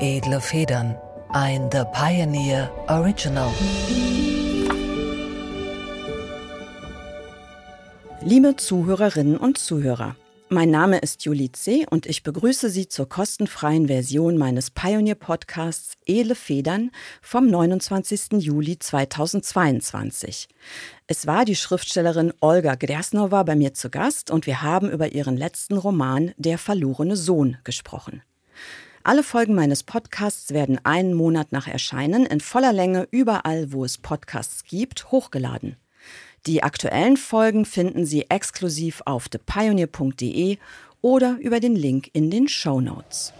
Edle Federn, ein The Pioneer Original. Liebe Zuhörerinnen und Zuhörer, mein Name ist Julie C. und ich begrüße Sie zur kostenfreien Version meines Pioneer-Podcasts Edle Federn vom 29. Juli 2022. Es war die Schriftstellerin Olga Grjasnowa bei mir zu Gast und wir haben über ihren letzten Roman Der verlorene Sohn gesprochen. Alle Folgen meines Podcasts werden einen Monat nach Erscheinen in voller Länge überall, wo es Podcasts gibt, hochgeladen. Die aktuellen Folgen finden Sie exklusiv auf thepioneer.de oder über den Link in den Shownotes.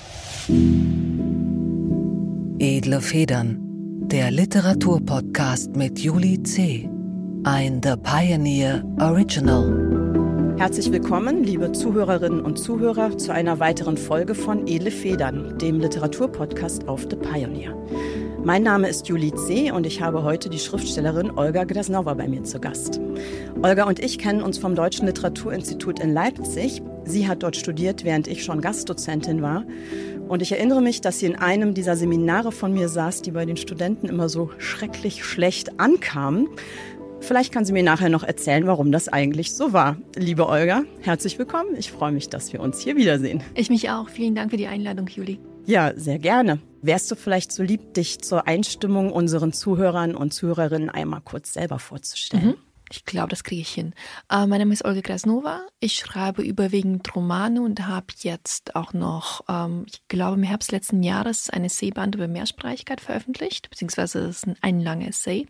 Edle Federn, der Literaturpodcast mit Julie C., ein The Pioneer Original. Herzlich willkommen, liebe Zuhörerinnen und Zuhörer, zu einer weiteren Folge von Edle Federn, dem Literaturpodcast auf The Pioneer. Mein Name ist Julie C. und ich habe heute die Schriftstellerin Olga Grjasnowa bei mir zu Gast. Olga und ich kennen uns vom Deutschen Literaturinstitut in Leipzig. Sie hat dort studiert, während ich schon Gastdozentin war. Und ich erinnere mich, dass sie in einem dieser Seminare von mir saß, die bei den Studenten immer so schrecklich schlecht ankamen. Vielleicht kann sie mir nachher noch erzählen, warum das eigentlich so war. Liebe Olga, herzlich willkommen. Ich freue mich, dass wir uns hier wiedersehen. Ich mich auch. Vielen Dank für die Einladung, Julie. Ja, sehr gerne. Wärst du vielleicht so lieb, dich zur Einstimmung unseren Zuhörern und Zuhörerinnen einmal kurz selber vorzustellen? Ich glaube, das kriege ich hin. Mein Name ist Olga Grjasnowa. Ich schreibe überwiegend Romane und habe jetzt auch noch, ich glaube im Herbst letzten Jahres, ein Essayband über Mehrsprachigkeit veröffentlicht, beziehungsweise es ist ein langer Essay.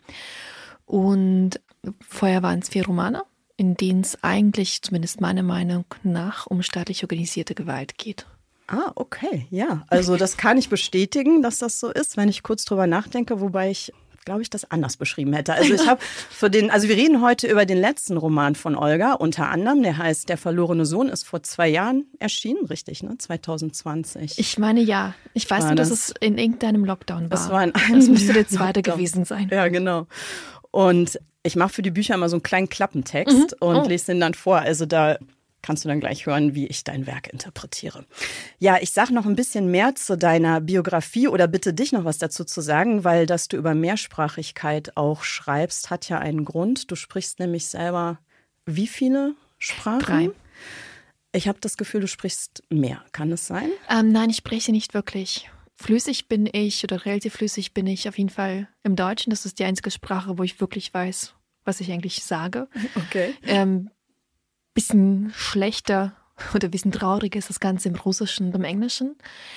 Und vorher waren es 4 Romane, in denen es eigentlich, zumindest meiner Meinung nach, um staatlich organisierte Gewalt geht. Ah, okay, ja. Also das kann ich bestätigen, dass das so ist, wenn ich kurz drüber nachdenke, wobei ich, glaube ich, das anders beschrieben hätte. Also wir reden heute über den letzten Roman von Olga, unter anderem, der heißt Der verlorene Sohn, ist vor 2 Jahren erschienen, richtig, ne? 2020. Ich meine, ja. Ich weiß nur, dass es in irgendeinem Lockdown war. Das müsste der zweite gewesen sein. Ja, genau. Und ich mache für die Bücher immer so einen kleinen Klappentext und lese den dann vor. Also da kannst du dann gleich hören, wie ich dein Werk interpretiere. Ja, ich sage noch ein bisschen mehr zu deiner Biografie oder bitte dich noch was dazu zu sagen, weil dass du über Mehrsprachigkeit auch schreibst, hat ja einen Grund. Du sprichst nämlich selber wie viele Sprachen? 3. Ich habe das Gefühl, du sprichst mehr. Kann es sein? Nein, ich spreche nicht wirklich. Flüssig bin ich oder relativ flüssig bin ich auf jeden Fall im Deutschen. Das ist die einzige Sprache, wo ich wirklich weiß, was ich eigentlich sage. Okay. Bisschen schlechter oder ein bisschen trauriger ist das Ganze im Russischen und im Englischen.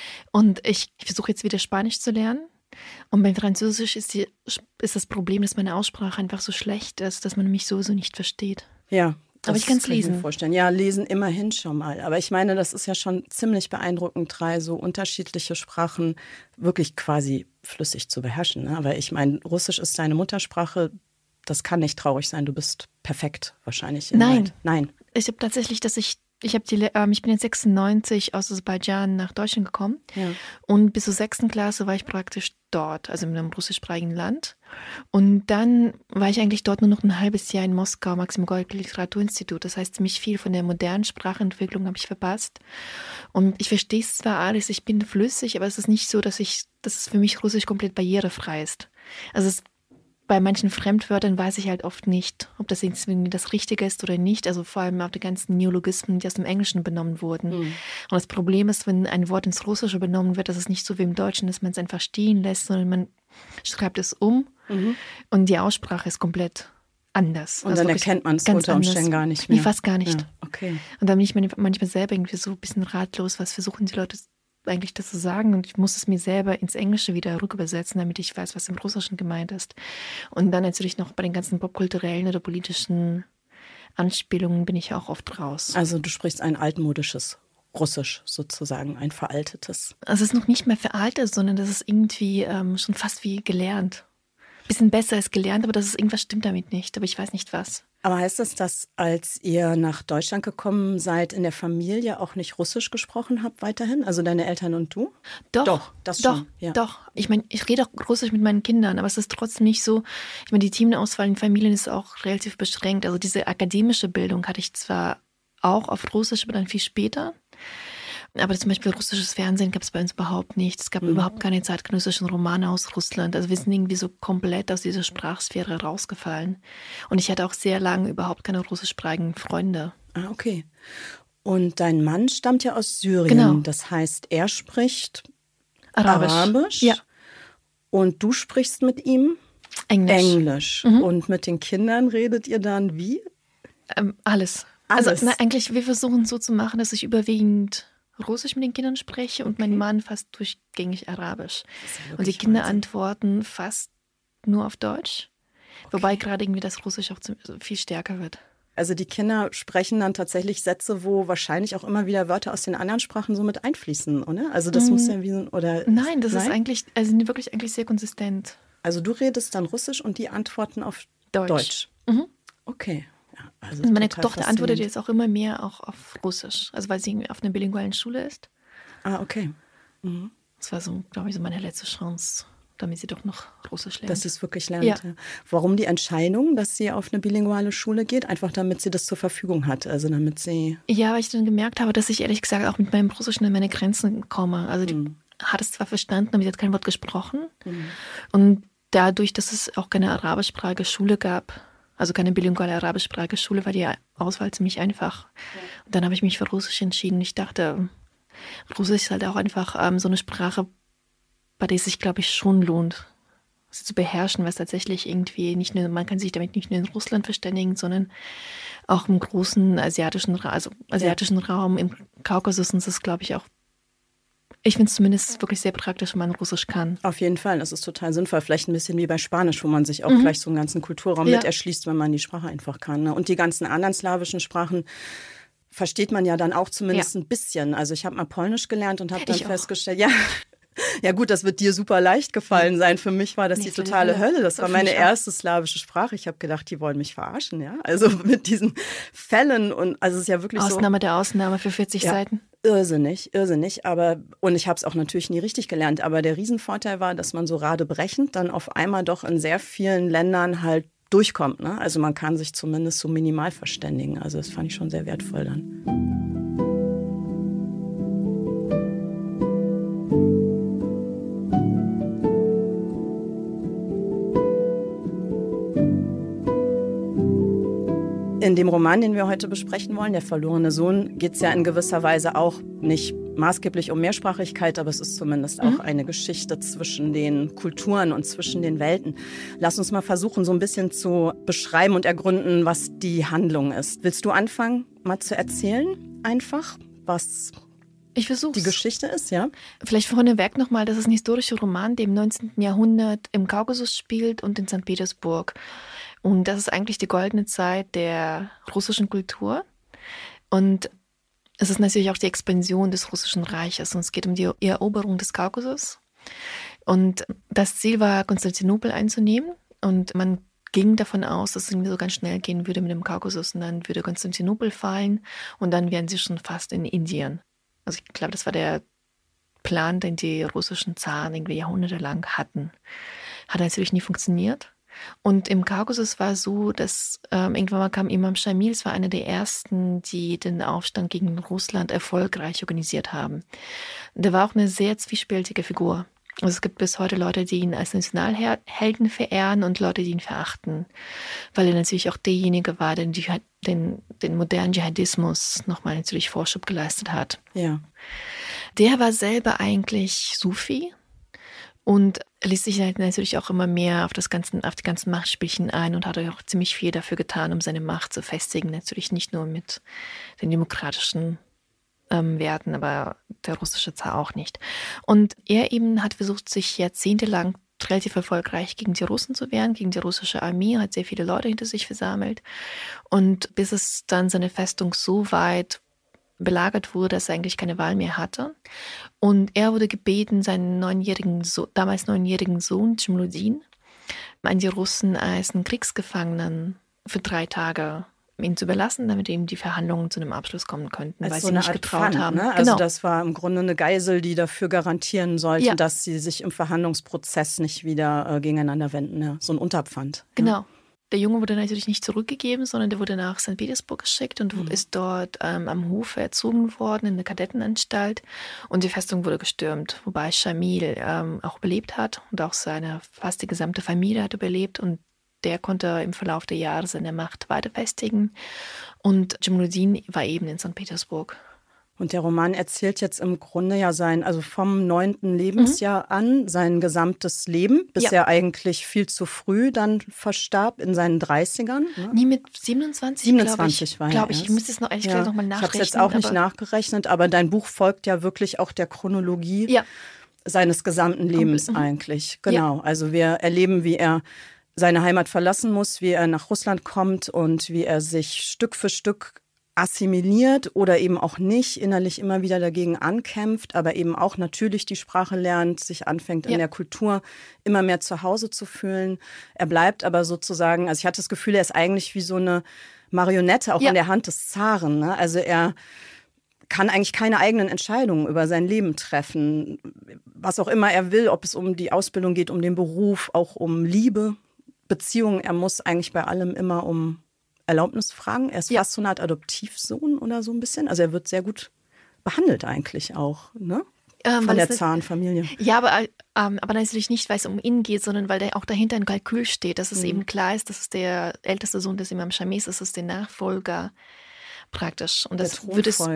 Und ich versuche jetzt wieder Spanisch zu lernen. Und beim Französisch ist das Problem, dass meine Aussprache einfach so schlecht ist, dass man mich sowieso nicht versteht. Ja. Aber ich kann es lesen. Mir vorstellen. Ja, lesen immerhin schon mal. Aber ich meine, das ist ja schon ziemlich beeindruckend, 3 so unterschiedliche Sprachen wirklich quasi flüssig zu beherrschen. Ne? Aber ich meine, Russisch ist deine Muttersprache. Das kann nicht traurig sein. Du bist perfekt wahrscheinlich. Nein. Nein. Ich habe tatsächlich, ich bin in 96 aus Aserbaidschan nach Deutschland gekommen. Ja. Und bis zur 6. Klasse war ich praktisch dort, also in einem russischsprachigen Land. Und dann war ich eigentlich dort nur noch ein halbes Jahr in Moskau, Maxim Gorki Literaturinstitut. Das heißt, ziemlich viel von der modernen Sprachentwicklung habe ich verpasst. Und ich verstehe es zwar alles, ich bin flüssig, aber es ist nicht so, dass es für mich Russisch komplett barrierefrei ist. Also bei manchen Fremdwörtern weiß ich halt oft nicht, ob das irgendwie das Richtige ist oder nicht. Also vor allem auch die ganzen Neologismen, die aus dem Englischen benommen wurden. Und das Problem ist, wenn ein Wort ins Russische benommen wird, dass es nicht so wie im Deutschen, dass man es einfach stehen lässt, sondern man schreibt es um und die Aussprache ist komplett anders. Und dann erkennt man es unter Umständen gar nicht mehr. Nee, fast gar nicht. Ja, okay. Und dann bin ich manchmal selber irgendwie so ein bisschen ratlos, was versuchen die Leute eigentlich das zu sagen, und ich muss es mir selber ins Englische wieder rückübersetzen, damit ich weiß, was im Russischen gemeint ist. Und dann natürlich noch bei den ganzen popkulturellen oder politischen Anspielungen bin ich auch oft raus. Also du sprichst ein altmodisches Russisch sozusagen, ein veraltetes. Also es ist noch nicht mehr veraltet, sondern das ist irgendwie schon fast wie gelernt. Bisschen besser als gelernt, aber irgendwas stimmt damit nicht, aber ich weiß nicht was. Aber heißt das, dass als ihr nach Deutschland gekommen seid, in der Familie auch nicht Russisch gesprochen habt weiterhin? Also deine Eltern und du? Doch, das schon. Ja. Doch. Ich meine, ich rede auch Russisch mit meinen Kindern, aber es ist trotzdem nicht so. Ich meine, die Themenauswahl in Familien ist auch relativ beschränkt. Also diese akademische Bildung hatte ich zwar auch auf Russisch, aber dann viel später. Aber zum Beispiel russisches Fernsehen gab es bei uns überhaupt nicht. Es gab überhaupt keine zeitgenössischen Romane aus Russland. Also wir sind irgendwie so komplett aus dieser Sprachsphäre rausgefallen. Und ich hatte auch sehr lange überhaupt keine russischsprachigen Freunde. Ah, okay. Und dein Mann stammt ja aus Syrien. Genau. Das heißt, er spricht Arabisch. Ja. Und du sprichst mit ihm Englisch. Und mit den Kindern redet ihr dann wie? Alles. Also eigentlich, wir versuchen so zu machen, dass ich überwiegend Russisch mit den Kindern spreche und mein Mann fast durchgängig Arabisch. Ja, und die Kinder antworten fast nur auf Deutsch. Okay. Wobei gerade irgendwie das Russisch auch viel stärker wird. Also die Kinder sprechen dann tatsächlich Sätze, wo wahrscheinlich auch immer wieder Wörter aus den anderen Sprachen so mit einfließen, oder? Also das muss ja wie so, oder? Nein, das ist eigentlich, also wirklich eigentlich sehr konsistent. Also du redest dann Russisch und die antworten auf Deutsch. Okay. Ja, also meine Tochter antwortet jetzt auch immer mehr auch auf Russisch, also weil sie auf einer bilingualen Schule ist. Ah, okay. Das war so, glaube ich, so meine letzte Chance, damit sie doch noch Russisch lernt. Dass sie es wirklich lernt. Ja. Warum die Entscheidung, dass sie auf eine bilinguale Schule geht? Einfach damit sie das zur Verfügung hat, also damit sie... Ja, weil ich dann gemerkt habe, dass ich ehrlich gesagt auch mit meinem Russischen an meine Grenzen komme. Also die hat es zwar verstanden, aber sie hat kein Wort gesprochen. Und dadurch, dass es auch keine arabischsprachige Schule gab, also keine bilinguale arabischsprachige Schule, war die Auswahl ziemlich einfach. Und dann habe ich mich für Russisch entschieden. Ich dachte, Russisch ist halt auch einfach so eine Sprache, bei der es sich, glaube ich, schon lohnt, sie zu beherrschen, weil es tatsächlich irgendwie nicht nur, man kann sich damit nicht nur in Russland verständigen, sondern auch im großen asiatischen Raum, im Kaukasus ist es, glaube ich, auch. Ich finde es zumindest wirklich sehr praktisch, wenn man Russisch kann. Auf jeden Fall, das ist total sinnvoll. Vielleicht ein bisschen wie bei Spanisch, wo man sich auch gleich so einen ganzen Kulturraum mit erschließt, wenn man die Sprache einfach kann. Ne? Und die ganzen anderen slawischen Sprachen versteht man ja dann auch zumindest ein bisschen. Also ich habe mal Polnisch gelernt und habe dann festgestellt, ja gut, das wird dir super leicht gefallen sein. Für mich war das die totale Hölle. Das war meine erste slawische Sprache. Ich habe gedacht, die wollen mich verarschen, ja. Also mit diesen Fällen und also es ist ja wirklich Ausnahme der Ausnahme für 40 Seiten. Irrsinnig. Aber und ich habe es auch natürlich nie richtig gelernt. Aber der Riesenvorteil war, dass man so radebrechend dann auf einmal doch in sehr vielen Ländern halt durchkommt. Ne? Also man kann sich zumindest so minimal verständigen. Also das fand ich schon sehr wertvoll dann. In dem Roman, den wir heute besprechen wollen, Der verlorene Sohn, geht es ja in gewisser Weise auch nicht maßgeblich um Mehrsprachigkeit, aber es ist zumindest auch eine Geschichte zwischen den Kulturen und zwischen den Welten. Lass uns mal versuchen, so ein bisschen zu beschreiben und ergründen, was die Handlung ist. Willst du anfangen, mal zu erzählen, einfach, was die Geschichte ist, ja? Vielleicht vorneweg nochmal, das ist ein historischer Roman, der im 19. Jahrhundert im Kaukasus spielt und in St. Petersburg. Und das ist eigentlich die goldene Zeit der russischen Kultur. Und es ist natürlich auch die Expansion des Russischen Reiches. Und es geht um die Eroberung des Kaukasus. Und das Ziel war, Konstantinopel einzunehmen. Und man ging davon aus, dass es irgendwie so ganz schnell gehen würde mit dem Kaukasus. Und dann würde Konstantinopel fallen. Und dann wären sie schon fast in Indien. Also ich glaube, das war der Plan, den die russischen Zaren irgendwie jahrhundertelang hatten. Hat natürlich nie funktioniert. Und im Kaukasus war es so, dass irgendwann mal kam Imam Shamil, es war einer der ersten, die den Aufstand gegen Russland erfolgreich organisiert haben. Der war auch eine sehr zwiespältige Figur. Also es gibt bis heute Leute, die ihn als Nationalhelden verehren und Leute, die ihn verachten, weil er natürlich auch derjenige war, der den modernen Dschihadismus nochmal natürlich Vorschub geleistet hat. Ja. Der war selber eigentlich Sufi. Und ließ sich halt natürlich auch immer mehr auf die ganzen Machtspielchen ein und hat auch ziemlich viel dafür getan, um seine Macht zu festigen. Natürlich nicht nur mit den demokratischen Werten, aber der russische Zar auch nicht. Und er eben hat versucht, sich jahrzehntelang relativ erfolgreich gegen die Russen zu wehren, gegen die russische Armee, hat sehr viele Leute hinter sich versammelt. Und bis es dann seine Festung so weit belagert wurde, dass er eigentlich keine Wahl mehr hatte. Und er wurde gebeten, seinen damals 9-jährigen Sohn, Cemludin, an die Russen als einen Kriegsgefangenen für 3 Tage ihn zu überlassen, damit eben die Verhandlungen zu einem Abschluss kommen könnten, weil sie nicht getraut haben. Ne? Also das war im Grunde eine Geisel, die dafür garantieren sollte, dass sie sich im Verhandlungsprozess nicht wieder gegeneinander wenden. Ja. So ein Unterpfand. Genau. Der Junge wurde natürlich nicht zurückgegeben, sondern der wurde nach St. Petersburg geschickt und ist dort am Hof erzogen worden in der Kadettenanstalt. Und die Festung wurde gestürmt, wobei Schamil auch überlebt hat und auch fast die gesamte Familie hat überlebt. Und der konnte im Verlauf der Jahre seine Macht weiter festigen. Und Dschemaluddin war eben in St. Petersburg. Und der Roman erzählt jetzt im Grunde ja also vom 9. Lebensjahr an, sein gesamtes Leben, bis er eigentlich viel zu früh dann verstarb in seinen 30ern. Ne? Nie mit 27, 27 war er glaube ich. Ich müsste es noch ehrlich gesagt nochmal nachrechnen. Ich habe es jetzt auch nicht nachgerechnet, aber dein Buch folgt ja wirklich auch der Chronologie seines gesamten Lebens eigentlich. Genau, also wir erleben, wie er seine Heimat verlassen muss, wie er nach Russland kommt und wie er sich Stück für Stück assimiliert oder eben auch nicht, innerlich immer wieder dagegen ankämpft, aber eben auch natürlich die Sprache lernt, sich anfängt in der Kultur immer mehr zu Hause zu fühlen. Er bleibt aber sozusagen, also ich hatte das Gefühl, er ist eigentlich wie so eine Marionette auch in der Hand des Zaren. Ne? Also er kann eigentlich keine eigenen Entscheidungen über sein Leben treffen. Was auch immer er will, ob es um die Ausbildung geht, um den Beruf, auch um Liebe, Beziehungen. Er muss eigentlich bei allem immer um Erlaubnis fragen. Er ist fast so eine Art Adoptivsohn oder so ein bisschen. Also er wird sehr gut behandelt eigentlich auch, ne? Von der Zarenfamilie. Ja, aber natürlich nicht, weil es um ihn geht, sondern weil auch dahinter ein Kalkül steht, dass es eben klar ist, dass es der älteste Sohn des Imam Schamis ist, das ist der Nachfolger praktisch. Und das wird es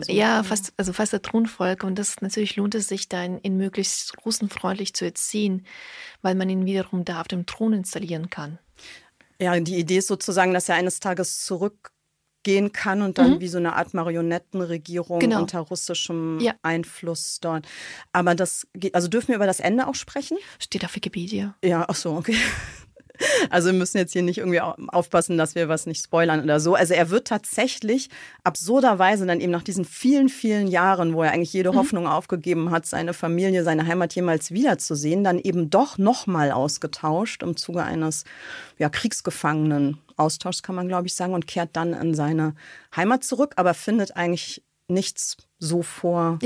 fast der Thronfolger. Und das natürlich lohnt es sich dann, ihn möglichst russenfreundlich zu erziehen, weil man ihn wiederum da auf dem Thron installieren kann. Ja, die Idee ist sozusagen, dass er eines Tages zurückgehen kann und dann wie so eine Art Marionettenregierung unter russischem Einfluss dort. Aber dürfen wir über das Ende auch sprechen? Steht auf Wikipedia. Ja, ach so, okay. Also wir müssen jetzt hier nicht irgendwie aufpassen, dass wir was nicht spoilern oder so. Also er wird tatsächlich absurderweise dann eben nach diesen vielen, vielen Jahren, wo er eigentlich jede Hoffnung aufgegeben hat, seine Familie, seine Heimat jemals wiederzusehen, dann eben doch nochmal ausgetauscht im Zuge eines Kriegsgefangenen-Austauschs, kann man glaube ich sagen, und kehrt dann in seine Heimat zurück, aber findet eigentlich nichts so vor,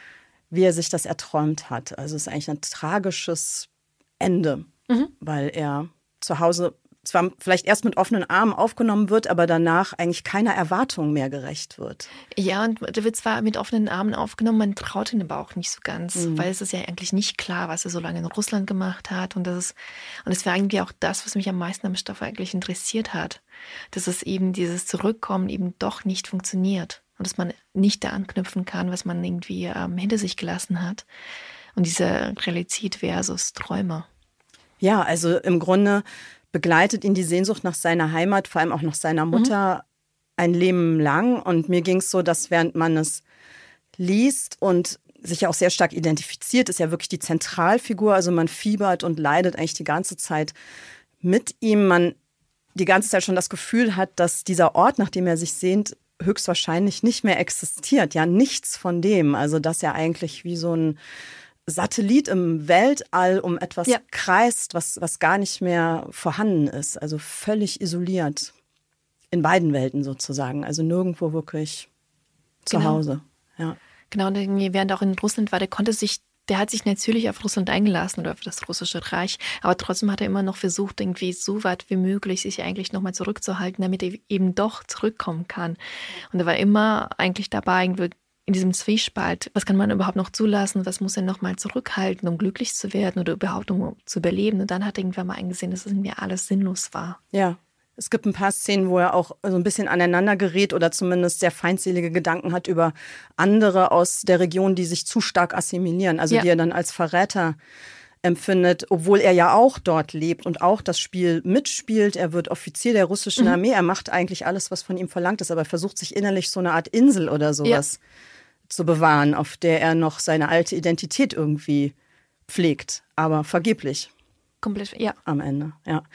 wie er sich das erträumt hat. Also es ist eigentlich ein tragisches Ende, weil er zu Hause zwar vielleicht erst mit offenen Armen aufgenommen wird, aber danach eigentlich keiner Erwartung mehr gerecht wird. Ja, und der wird zwar mit offenen Armen aufgenommen, man traut ihn aber auch nicht so ganz, weil es ist ja eigentlich nicht klar, was er so lange in Russland gemacht hat. Und es war eigentlich auch das, was mich am meisten am Stoff eigentlich interessiert hat, dass es eben dieses Zurückkommen eben doch nicht funktioniert und dass man nicht da anknüpfen kann, was man irgendwie hinter sich gelassen hat. Und diese Realität versus Träume. Ja, also im Grunde begleitet ihn die Sehnsucht nach seiner Heimat, vor allem auch nach seiner Mutter, ein Leben lang. Und mir ging es so, dass während man es liest und sich ja auch sehr stark identifiziert, ist ja wirklich die Zentralfigur. Also man fiebert und leidet eigentlich die ganze Zeit mit ihm. Man die ganze Zeit schon das Gefühl hat, dass dieser Ort, nach dem er sich sehnt, höchstwahrscheinlich nicht mehr existiert. Ja, nichts von dem. Also dass er eigentlich wie so ein Satellit im Weltall um etwas kreist, was gar nicht mehr vorhanden ist. Also völlig isoliert. In beiden Welten sozusagen. Also nirgendwo wirklich zu Hause. Ja. Genau, und während er auch in Russland war, der hat sich natürlich auf Russland eingelassen oder auf das russische Reich, aber trotzdem hat er immer noch versucht, irgendwie so weit wie möglich sich eigentlich nochmal zurückzuhalten, damit er eben doch zurückkommen kann. Und er war immer eigentlich dabei, irgendwie in diesem Zwiespalt, was kann man überhaupt noch zulassen, was muss er nochmal zurückhalten, um glücklich zu werden oder überhaupt um zu überleben. Und dann hat er irgendwann mal eingesehen, dass es irgendwie alles sinnlos war. Ja, es gibt ein paar Szenen, wo er auch so ein bisschen aneinander gerät oder zumindest sehr feindselige Gedanken hat über andere aus der Region, die sich zu stark assimilieren, also die er dann als Verräter empfindet, obwohl er ja auch dort lebt und auch das Spiel mitspielt. Er wird Offizier der russischen Armee, er macht eigentlich alles, was von ihm verlangt ist, aber er versucht sich innerlich so eine Art Insel oder sowas zu bewahren, auf der er noch seine alte Identität irgendwie pflegt, aber vergeblich. Komplett, am Ende,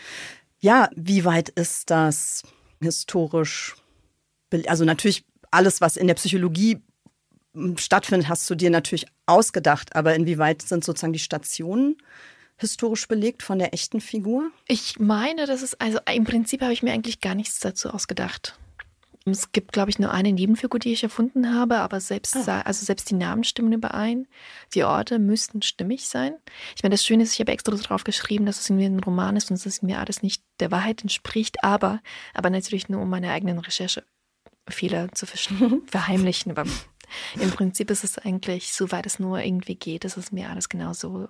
Ja, wie weit ist das historisch? Also natürlich alles, was in der Psychologie stattfindet, hast du dir natürlich ausgedacht. Aber inwieweit sind sozusagen die Stationen historisch belegt von der echten Figur? Ich meine, also im Prinzip habe ich mir eigentlich gar nichts dazu ausgedacht. Es gibt, glaube ich, nur eine Nebenfigur, die ich erfunden habe, aber selbst die Namen stimmen überein. Die Orte müssten stimmig sein. Ich meine, das Schöne ist, ich habe extra darauf geschrieben, dass es irgendwie ein Roman ist und es ist mir alles nicht der Wahrheit entspricht, aber natürlich nur, um meine eigenen Recherchefehler zu verheimlichen. Aber im Prinzip ist es eigentlich, soweit es nur irgendwie geht, ist es mir alles genauso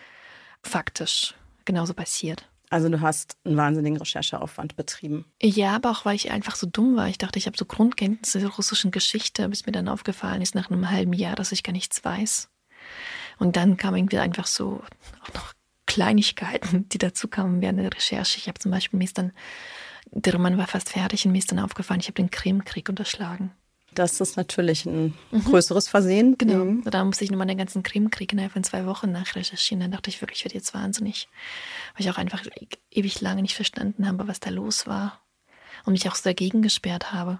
faktisch, genauso passiert. Also du hast einen wahnsinnigen Rechercheaufwand betrieben. Ja, aber auch, weil ich einfach so dumm war. Ich dachte, ich habe so Grundkenntnisse der russischen Geschichte, bis mir dann aufgefallen ist nach einem halben Jahr, dass ich gar nichts weiß. Und dann kam irgendwie einfach so auch noch Kleinigkeiten, die dazu kamen während der Recherche. Ich habe zum Beispiel, der Roman war fast fertig und mir ist dann aufgefallen, ich habe den Krimkrieg unterschlagen. Das ist natürlich ein größeres Versehen. Genau, da musste ich nochmal den ganzen Krimkrieg innerhalb von 2 Wochen nachrecherchieren. Dann dachte ich wirklich, ich werde jetzt wahnsinnig, weil ich auch einfach ewig lange nicht verstanden habe, was da los war und mich auch so dagegen gesperrt habe.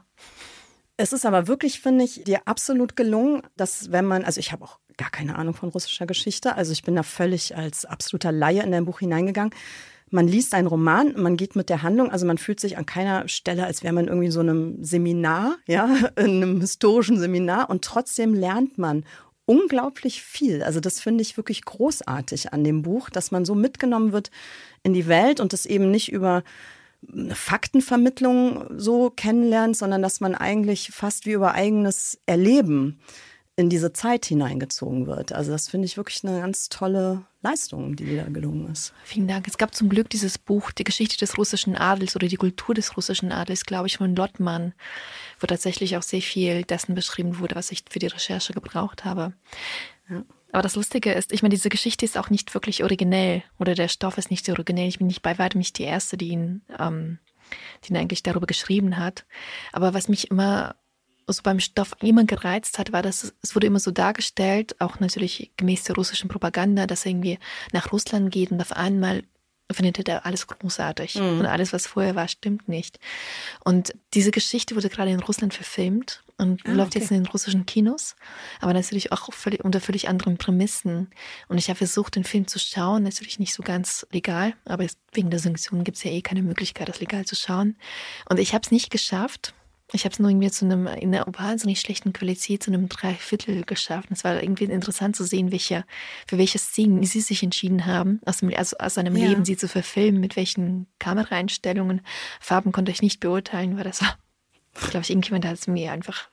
Es ist aber wirklich, finde ich, dir absolut gelungen, dass wenn man, also ich habe auch gar keine Ahnung von russischer Geschichte, also ich bin da völlig als absoluter Laie in dein Buch hineingegangen. Man liest einen Roman, man geht mit der Handlung, also man fühlt sich an keiner Stelle, als wäre man irgendwie in so einem Seminar, ja, in einem historischen Seminar, und trotzdem lernt man unglaublich viel. Also das finde ich wirklich großartig an dem Buch, dass man so mitgenommen wird in die Welt und das eben nicht über eine Faktenvermittlung so kennenlernt, sondern dass man eigentlich fast wie über eigenes Erleben in diese Zeit hineingezogen wird. Also das finde ich wirklich eine ganz tolle Leistung, die dir da gelungen ist. Vielen Dank. Es gab zum Glück dieses Buch, die Geschichte des russischen Adels oder die Kultur des russischen Adels, glaube ich, von Lottmann, wo tatsächlich auch sehr viel dessen beschrieben wurde, was ich für die Recherche gebraucht habe. Ja. Aber das Lustige ist, ich meine, diese Geschichte ist auch nicht wirklich originell oder der Stoff ist nicht so originell. Ich bin nicht bei weitem nicht die Erste, die ihn eigentlich darüber geschrieben hat. Aber was mich immer so beim Stoff immer gereizt hat, war, dass es wurde immer so dargestellt, auch natürlich gemäß der russischen Propaganda, dass er irgendwie nach Russland geht und auf einmal findet er alles großartig. Und alles, was vorher war, stimmt nicht. Und diese Geschichte wurde gerade in Russland verfilmt und läuft jetzt in den russischen Kinos, aber natürlich auch unter völlig anderen Prämissen. Und ich habe versucht, den Film zu schauen, natürlich nicht so ganz legal, aber wegen der Sanktionen gibt es ja keine Möglichkeit, das legal zu schauen. Und ich habe es nicht geschafft. Ich habe es nur irgendwie in einer wahnsinnig schlechten Qualität zu einem 3/4 geschafft. Und es war irgendwie interessant zu sehen, für welche Szenen sie sich entschieden haben, aus einem Leben sie zu verfilmen, mit welchen Kameraeinstellungen. Farben konnte ich nicht beurteilen, weil das war, glaube ich, irgendjemand hat es mir einfach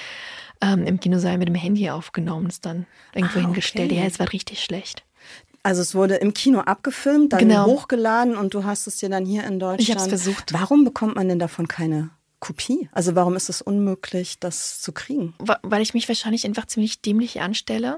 im Kinosaal mit dem Handy aufgenommen und es dann irgendwo hingestellt. Ja, es war richtig schlecht. Also es wurde im Kino abgefilmt, dann hochgeladen und du hast es dir dann hier in Deutschland. Ich habe es versucht. Warum bekommt man denn davon keine Kopie? Also warum ist es unmöglich, das zu kriegen? Weil ich mich wahrscheinlich einfach ziemlich dämlich anstelle.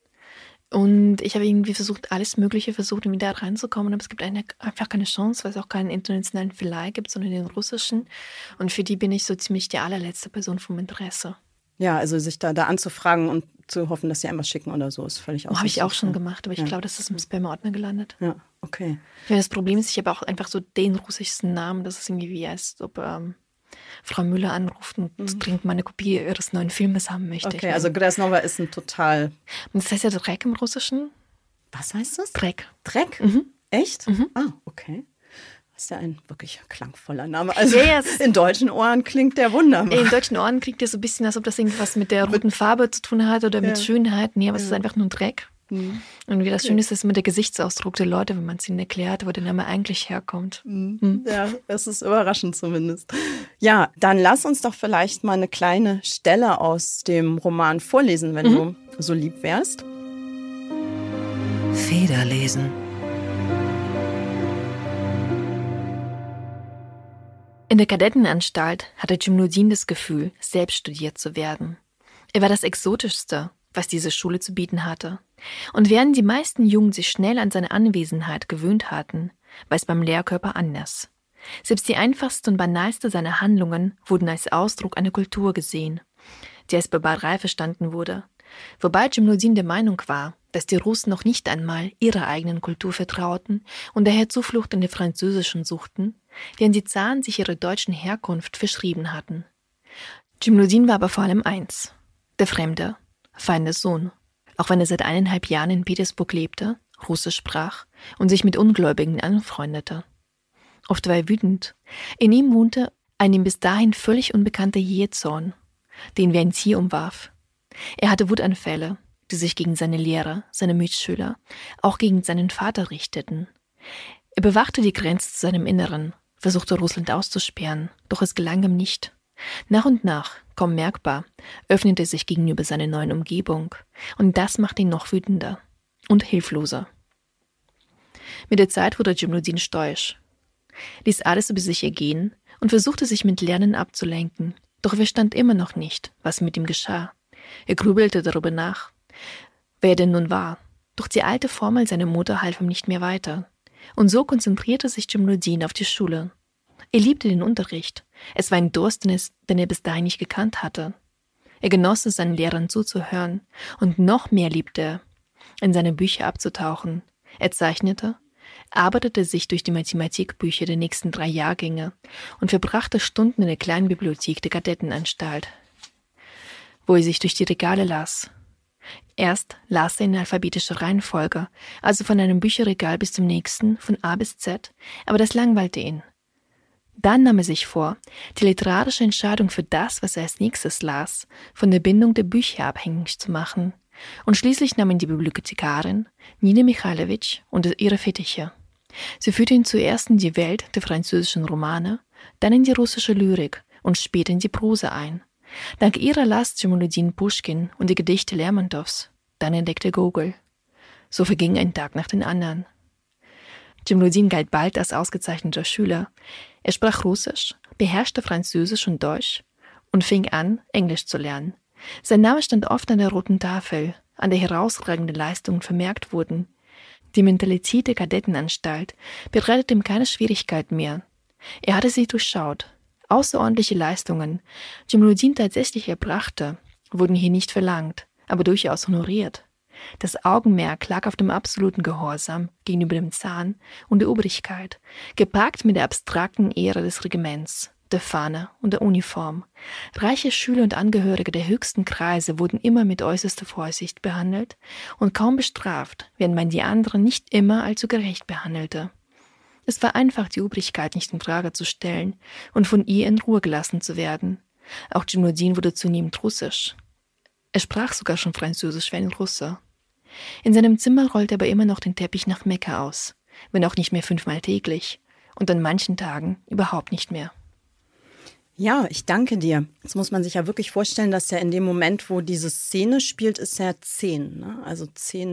Und ich habe irgendwie alles Mögliche versucht, um da reinzukommen. Aber es gibt einfach keine Chance, weil es auch keinen internationalen Verleih gibt, sondern den russischen. Und für die bin ich so ziemlich die allerletzte Person vom Interesse. Ja, also sich da anzufragen und zu hoffen, dass sie einem was schicken oder so, ist völlig aussichtslos. Habe ich auch schon gemacht, aber ich glaube, das ist im Spam-Ordner gelandet. Ja, okay. Ja, das Problem ist, ich habe auch einfach so den russischsten Namen, das ist irgendwie wie, als ob Frau Müller anruft und dringend mal eine Kopie ihres neuen Filmes haben möchte. Okay, also Grasnova ist ein total... Das heißt ja Dreck im Russischen. Was heißt das? Dreck. Dreck? Echt? Ah, okay. Das ist ja ein wirklich klangvoller Name. Also in deutschen Ohren klingt der wunderbar. In deutschen Ohren klingt der so ein bisschen, als ob das irgendwas mit der roten Farbe zu tun hat oder mit Schönheit. Nee, aber es ist einfach nur Dreck. Und wie das Schöne ist mit der Gesichtsausdruck der Leute, wenn man es ihnen erklärt, wo der Name eigentlich herkommt. Ja, es ist überraschend zumindest. Ja, dann lass uns doch vielleicht mal eine kleine Stelle aus dem Roman vorlesen, wenn du so lieb wärst. Federlesen. In der Kadettenanstalt hatte Dschimnudin das Gefühl, selbst studiert zu werden. Er war das Exotischste, was diese Schule zu bieten hatte. Und während die meisten Jungen sich schnell an seine Anwesenheit gewöhnt hatten, war es beim Lehrkörper anders. Selbst die einfachste und banalste seiner Handlungen wurden als Ausdruck einer Kultur gesehen, die als Barbarei verstanden wurde. Wobei Dschimnudin der Meinung war, dass die Russen noch nicht einmal ihrer eigenen Kultur vertrauten und daher Zuflucht in der französischen suchten, während die Zaren sich ihrer deutschen Herkunft verschrieben hatten. Dschimnudin war aber vor allem eins: der Fremde, Feindessohn. Auch wenn er seit 1,5 Jahren in Petersburg lebte, Russisch sprach und sich mit Ungläubigen anfreundete. Oft war er wütend. In ihm wohnte ein ihm bis dahin völlig unbekannter Jähzorn, den wie ein Tier umwarf. Er hatte Wutanfälle, die sich gegen seine Lehrer, seine Mitschüler, auch gegen seinen Vater richteten. Er bewachte die Grenze zu seinem Inneren, versuchte Russland auszusperren, doch es gelang ihm nicht. Nach und nach, kaum merkbar, öffnete er sich gegenüber seiner neuen Umgebung und das machte ihn noch wütender und hilfloser. Mit der Zeit wurde Cemaldin stoisch, ließ alles über sich ergehen und versuchte sich mit Lernen abzulenken, doch er verstand immer noch nicht, was mit ihm geschah. Er grübelte darüber nach, wer er denn nun war, doch die alte Formel seiner Mutter half ihm nicht mehr weiter. Und so konzentrierte sich Cemaldin auf die Schule. Er liebte den Unterricht. Es war ein Durst, den er bis dahin nicht gekannt hatte. Er genoss es, seinen Lehrern zuzuhören. Und noch mehr liebte er, in seine Bücher abzutauchen. Er zeichnete, arbeitete sich durch die Mathematikbücher der nächsten 3 Jahrgänge und verbrachte Stunden in der kleinen Bibliothek der Kadettenanstalt, wo er sich durch die Regale las. Erst las er in alphabetischer Reihenfolge, also von einem Bücherregal bis zum nächsten, von A bis Z, aber das langweilte ihn. Dann nahm er sich vor, die literarische Entscheidung für das, was er als nächstes las, von der Bindung der Bücher abhängig zu machen. Und schließlich nahm ihn die Bibliothekarin, Nina Michailowitsch, unter ihre Fittiche. Sie führte ihn zuerst in die Welt der französischen Romane, dann in die russische Lyrik und später in die Prosa ein. Dank ihrer las Cemaldin Puschkin und die Gedichte Lermontows. Dann entdeckte Gogol. So verging ein Tag nach den anderen. Cemaldin galt bald als ausgezeichneter Schüler. Er sprach Russisch, beherrschte Französisch und Deutsch und fing an, Englisch zu lernen. Sein Name stand oft an der roten Tafel, an der herausragende Leistungen vermerkt wurden. Die Mentalität der Kadettenanstalt bereitete ihm keine Schwierigkeiten mehr. Er hatte sie durchschaut. Außerordentliche Leistungen, die Cemaldin tatsächlich erbrachte, wurden hier nicht verlangt, aber durchaus honoriert. Das Augenmerk lag auf dem absoluten Gehorsam gegenüber dem Zahn und der Obrigkeit, gepaart mit der abstrakten Ehre des Regiments, der Fahne und der Uniform. Reiche Schüler und Angehörige der höchsten Kreise wurden immer mit äußerster Vorsicht behandelt und kaum bestraft, während man die anderen nicht immer allzu gerecht behandelte. Es war einfach, die Obrigkeit nicht in Frage zu stellen und von ihr in Ruhe gelassen zu werden. Auch Cemaldin wurde zunehmend russisch. Er sprach sogar schon Französisch wie ein Russe. In seinem Zimmer rollte er aber immer noch den Teppich nach Mekka aus, wenn auch nicht mehr 5-mal täglich und an manchen Tagen überhaupt nicht mehr. Ja, ich danke dir. Jetzt muss man sich ja wirklich vorstellen, dass er in dem Moment, wo diese Szene spielt, ist er 10, ne? Also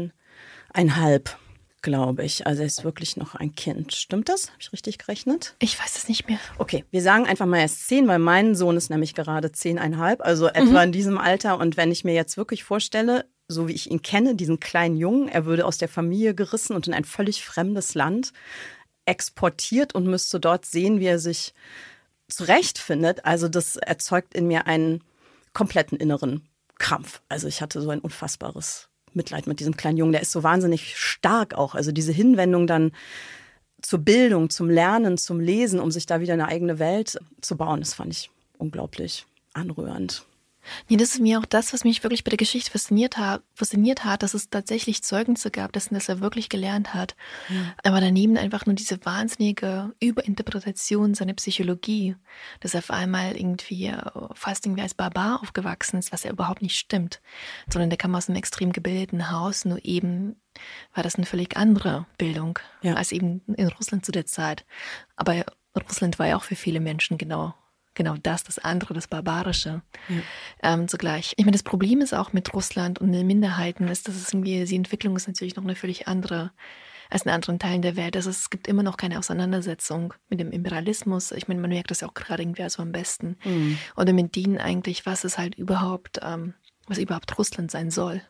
10,5, glaube ich. Also er ist wirklich noch ein Kind. Stimmt das? Habe ich richtig gerechnet? Ich weiß es nicht mehr. Okay, wir sagen einfach mal, er ist 10, weil mein Sohn ist nämlich gerade 10,5, also etwa in diesem Alter. Und wenn ich mir jetzt wirklich vorstelle, so wie ich ihn kenne, diesen kleinen Jungen, er würde aus der Familie gerissen und in ein völlig fremdes Land exportiert und müsste dort sehen, wie er sich zurechtfindet. Also das erzeugt in mir einen kompletten inneren Krampf. Also ich hatte so ein unfassbares Mitleid mit diesem kleinen Jungen. Der ist so wahnsinnig stark auch. Also diese Hinwendung dann zur Bildung, zum Lernen, zum Lesen, um sich da wieder eine eigene Welt zu bauen, das fand ich unglaublich anrührend. Nee, das ist mir auch das, was mich wirklich bei der Geschichte fasziniert hat, dass es tatsächlich Zeugnisse gab, dass er wirklich gelernt hat. Ja. Aber daneben einfach nur diese wahnsinnige Überinterpretation seiner Psychologie, dass er auf einmal irgendwie fast irgendwie als Barbar aufgewachsen ist, was ja überhaupt nicht stimmt. Sondern der kam aus einem extrem gebildeten Haus, nur eben war das eine völlig andere Bildung als eben in Russland zu der Zeit. Aber Russland war ja auch für viele Menschen genau das andere, das Barbarische zugleich. Ich meine, das Problem ist auch mit Russland und den Minderheiten, ist, dass es irgendwie, die Entwicklung ist natürlich noch eine völlig andere als in anderen Teilen der Welt. Also es gibt immer noch keine Auseinandersetzung mit dem Imperialismus. Ich meine, man merkt das ja auch gerade irgendwie so am besten. Oder mit denen eigentlich, was es halt überhaupt Russland sein soll.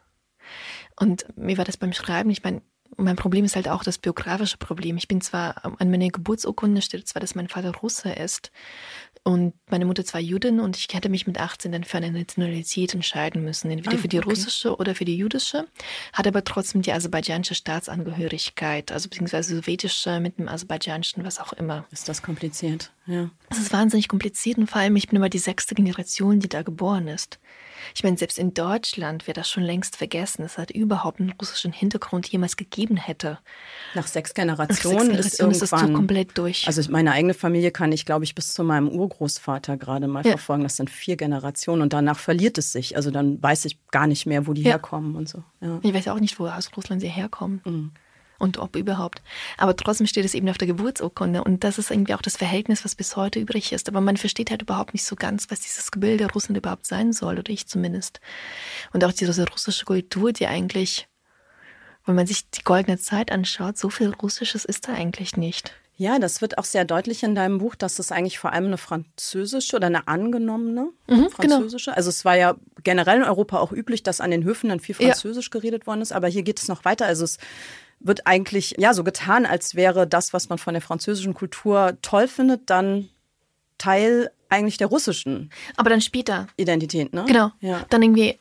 Und mir war das beim Schreiben, ich meine, mein Problem ist halt auch das biografische Problem. Ich bin zwar, an meiner Geburtsurkunde steht zwar, dass mein Vater Russe ist und meine Mutter zwar Jüdin und ich hätte mich mit 18 dann für eine Nationalität entscheiden müssen, entweder für die russische oder für die jüdische, hatte aber trotzdem die aserbaidschanische Staatsangehörigkeit, also beziehungsweise sowjetische mit dem aserbaidschanischen, was auch immer. Ist das kompliziert? Ja. Das ist wahnsinnig kompliziert und vor allem, ich bin immer die 6. Generation, die da geboren ist. Ich meine, selbst in Deutschland wäre das schon längst vergessen, dass es halt überhaupt einen russischen Hintergrund jemals gegeben hätte. Nach 6 Generationen ist das so komplett durch. Also meine eigene Familie kann ich, glaube ich, bis zu meinem Urgroßvater gerade mal verfolgen. Das sind 4 Generationen und danach verliert es sich. Also dann weiß ich gar nicht mehr, wo die herkommen und so. Ja. Ich weiß auch nicht, wo aus Russland sie herkommen. und ob überhaupt. Aber trotzdem steht es eben auf der Geburtsurkunde und das ist irgendwie auch das Verhältnis, was bis heute übrig ist. Aber man versteht halt überhaupt nicht so ganz, was dieses Gebilde Russland überhaupt sein soll, oder ich zumindest. Und auch diese russische Kultur, die eigentlich, wenn man sich die goldene Zeit anschaut, so viel Russisches ist da eigentlich nicht. Ja, das wird auch sehr deutlich in deinem Buch, dass es eigentlich vor allem eine französische oder eine angenommene französische, also es war ja generell in Europa auch üblich, dass an den Höfen dann viel Französisch geredet worden ist, aber hier geht es noch weiter, also es wird eigentlich so getan, als wäre das, was man von der französischen Kultur toll findet, dann Teil eigentlich der russischen. Aber dann später. Identität, ne? Genau. Ja. Dann irgendwie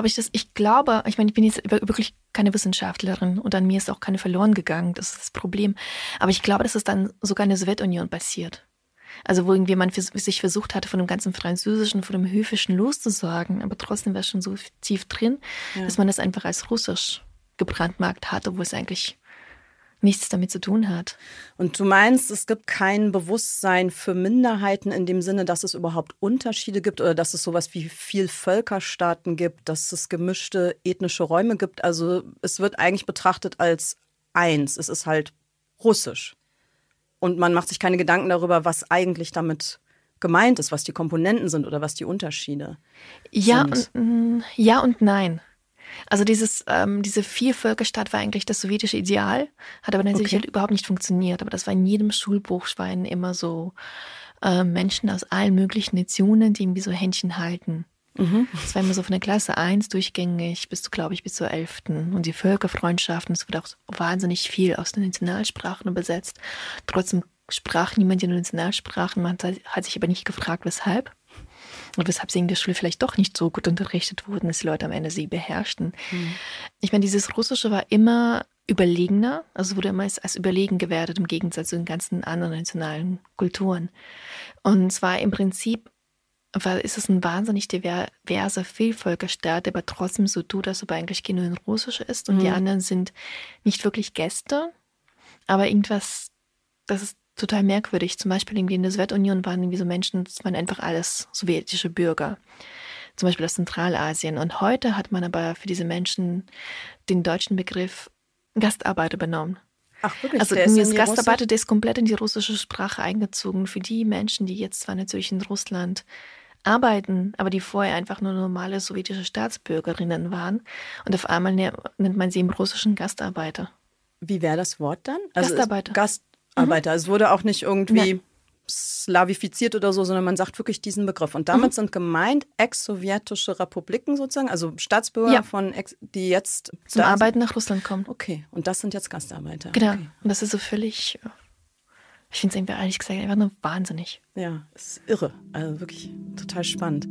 ich meine, ich bin jetzt wirklich keine Wissenschaftlerin und an mir ist auch keine verloren gegangen, das ist das Problem. Aber ich glaube, dass es dann sogar in der Sowjetunion passiert. Also wo irgendwie man sich versucht hatte, von dem ganzen Französischen, von dem Höfischen loszusagen, aber trotzdem war es schon so tief drin, dass man das einfach als russisch gebrandmarkt hatte, wo es eigentlich nichts damit zu tun hat. Und du meinst, es gibt kein Bewusstsein für Minderheiten in dem Sinne, dass es überhaupt Unterschiede gibt oder dass es sowas wie Vielvölkerstaaten gibt, dass es gemischte ethnische Räume gibt. Also es wird eigentlich betrachtet als eins. Es ist halt russisch. Und man macht sich keine Gedanken darüber, was eigentlich damit gemeint ist, was die Komponenten sind oder was die Unterschiede sind. Ja und nein. Also diese Vielvölkerstaat war eigentlich das sowjetische Ideal, hat aber natürlich halt überhaupt nicht funktioniert. Aber das war in jedem Schulbuch waren immer so Menschen aus allen möglichen Nationen, die irgendwie so Händchen halten. Das war immer so von der Klasse 1 durchgängig bis zur 11. Und die Völkerfreundschaften, es wird auch wahnsinnig viel aus den Nationalsprachen übersetzt. Trotzdem sprach niemand die Nationalsprachen. Man hat sich aber nicht gefragt, weshalb. Und weshalb sie in der Schule vielleicht doch nicht so gut unterrichtet wurden, dass die Leute am Ende sie beherrschten. Ich meine, dieses Russische war immer überlegener, also wurde immer als überlegen gewertet im Gegensatz zu den ganzen anderen nationalen Kulturen. Und zwar im Prinzip ist es ein wahnsinnig diverser Vielvölkerstaat, der aber trotzdem so tut, als ob er eigentlich genuin Russisch ist. Und die anderen sind nicht wirklich Gäste, aber irgendwas, das ist total merkwürdig. Zum Beispiel irgendwie in der Sowjetunion waren irgendwie so Menschen, das waren einfach alles sowjetische Bürger. Zum Beispiel aus Zentralasien. Und heute hat man aber für diese Menschen den deutschen Begriff Gastarbeiter benommen. Ach wirklich? Also das Gastarbeiter, der ist komplett in die russische Sprache eingezogen. Für die Menschen, die jetzt zwar natürlich in Russland arbeiten, aber die vorher einfach nur normale sowjetische Staatsbürgerinnen waren. Und auf einmal nennt man sie im Russischen Gastarbeiter. Wie wäre das Wort dann? Also Gastarbeiter. Gastarbeiter. Es wurde auch nicht irgendwie slawifiziert oder so, sondern man sagt wirklich diesen Begriff. Und damit sind gemeint ex-sowjetische Republiken sozusagen, also Staatsbürger die jetzt zum Arbeiten nach Russland kommen. Okay, und das sind jetzt Gastarbeiter. Genau, okay. Und das ist so völlig, ich finde es irgendwie ehrlich gesagt einfach nur wahnsinnig. Ja, es ist irre, also wirklich total spannend.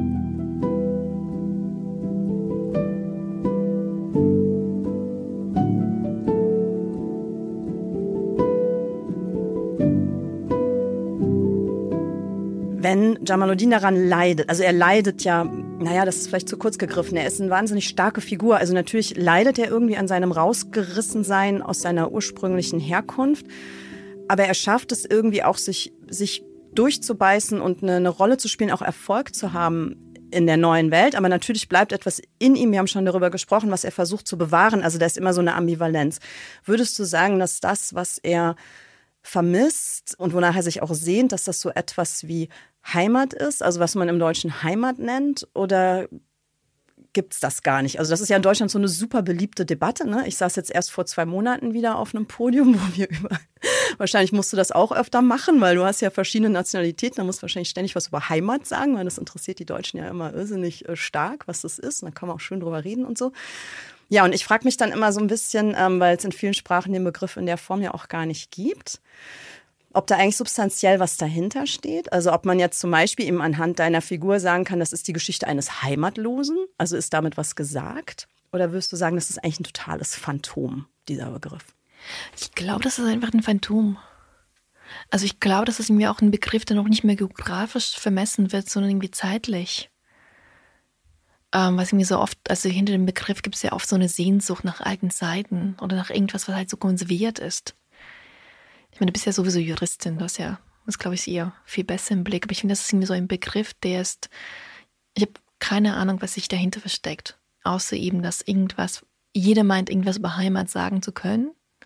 Wenn Djamaluddin daran leidet, also er leidet ja, das ist vielleicht zu kurz gegriffen, er ist eine wahnsinnig starke Figur, also natürlich leidet er irgendwie an seinem Rausgerissensein aus seiner ursprünglichen Herkunft, aber er schafft es irgendwie auch, sich durchzubeißen und eine Rolle zu spielen, auch Erfolg zu haben in der neuen Welt, aber natürlich bleibt etwas in ihm, wir haben schon darüber gesprochen, was er versucht zu bewahren, also da ist immer so eine Ambivalenz. Würdest du sagen, dass das, was er vermisst und wonach er sich auch sehnt, dass das so etwas wie Heimat ist, also was man im Deutschen Heimat nennt, oder gibt es das gar nicht? Also das ist ja in Deutschland so eine super beliebte Debatte, ne? Ich saß jetzt erst vor 2 Monaten wieder auf einem Podium, wo wir wahrscheinlich musst du das auch öfter machen, weil du hast ja verschiedene Nationalitäten, da musst du wahrscheinlich ständig was über Heimat sagen, weil das interessiert die Deutschen ja immer irrsinnig stark, was das ist, und da kann man auch schön drüber reden und so. Ja, und ich frage mich dann immer so ein bisschen, weil es in vielen Sprachen den Begriff in der Form ja auch gar nicht gibt, ob da eigentlich substanziell was dahinter steht. Also ob man jetzt zum Beispiel eben anhand deiner Figur sagen kann, das ist die Geschichte eines Heimatlosen, also ist damit was gesagt? Oder würdest du sagen, das ist eigentlich ein totales Phantom, dieser Begriff? Ich glaube, das ist einfach ein Phantom. Also ich glaube, das ist irgendwie auch ein Begriff, der noch nicht mehr geografisch vermessen wird, sondern irgendwie zeitlich. Was irgendwie so oft, also hinter dem Begriff gibt es ja oft so eine Sehnsucht nach alten Zeiten oder nach irgendwas, was halt so konserviert ist. Ich meine, du bist ja sowieso Juristin, das glaube ich, eher viel besser im Blick. Aber ich finde, das ist irgendwie so ein Begriff, ich habe keine Ahnung, was sich dahinter versteckt. Außer eben, dass jeder meint, irgendwas über Heimat sagen zu können.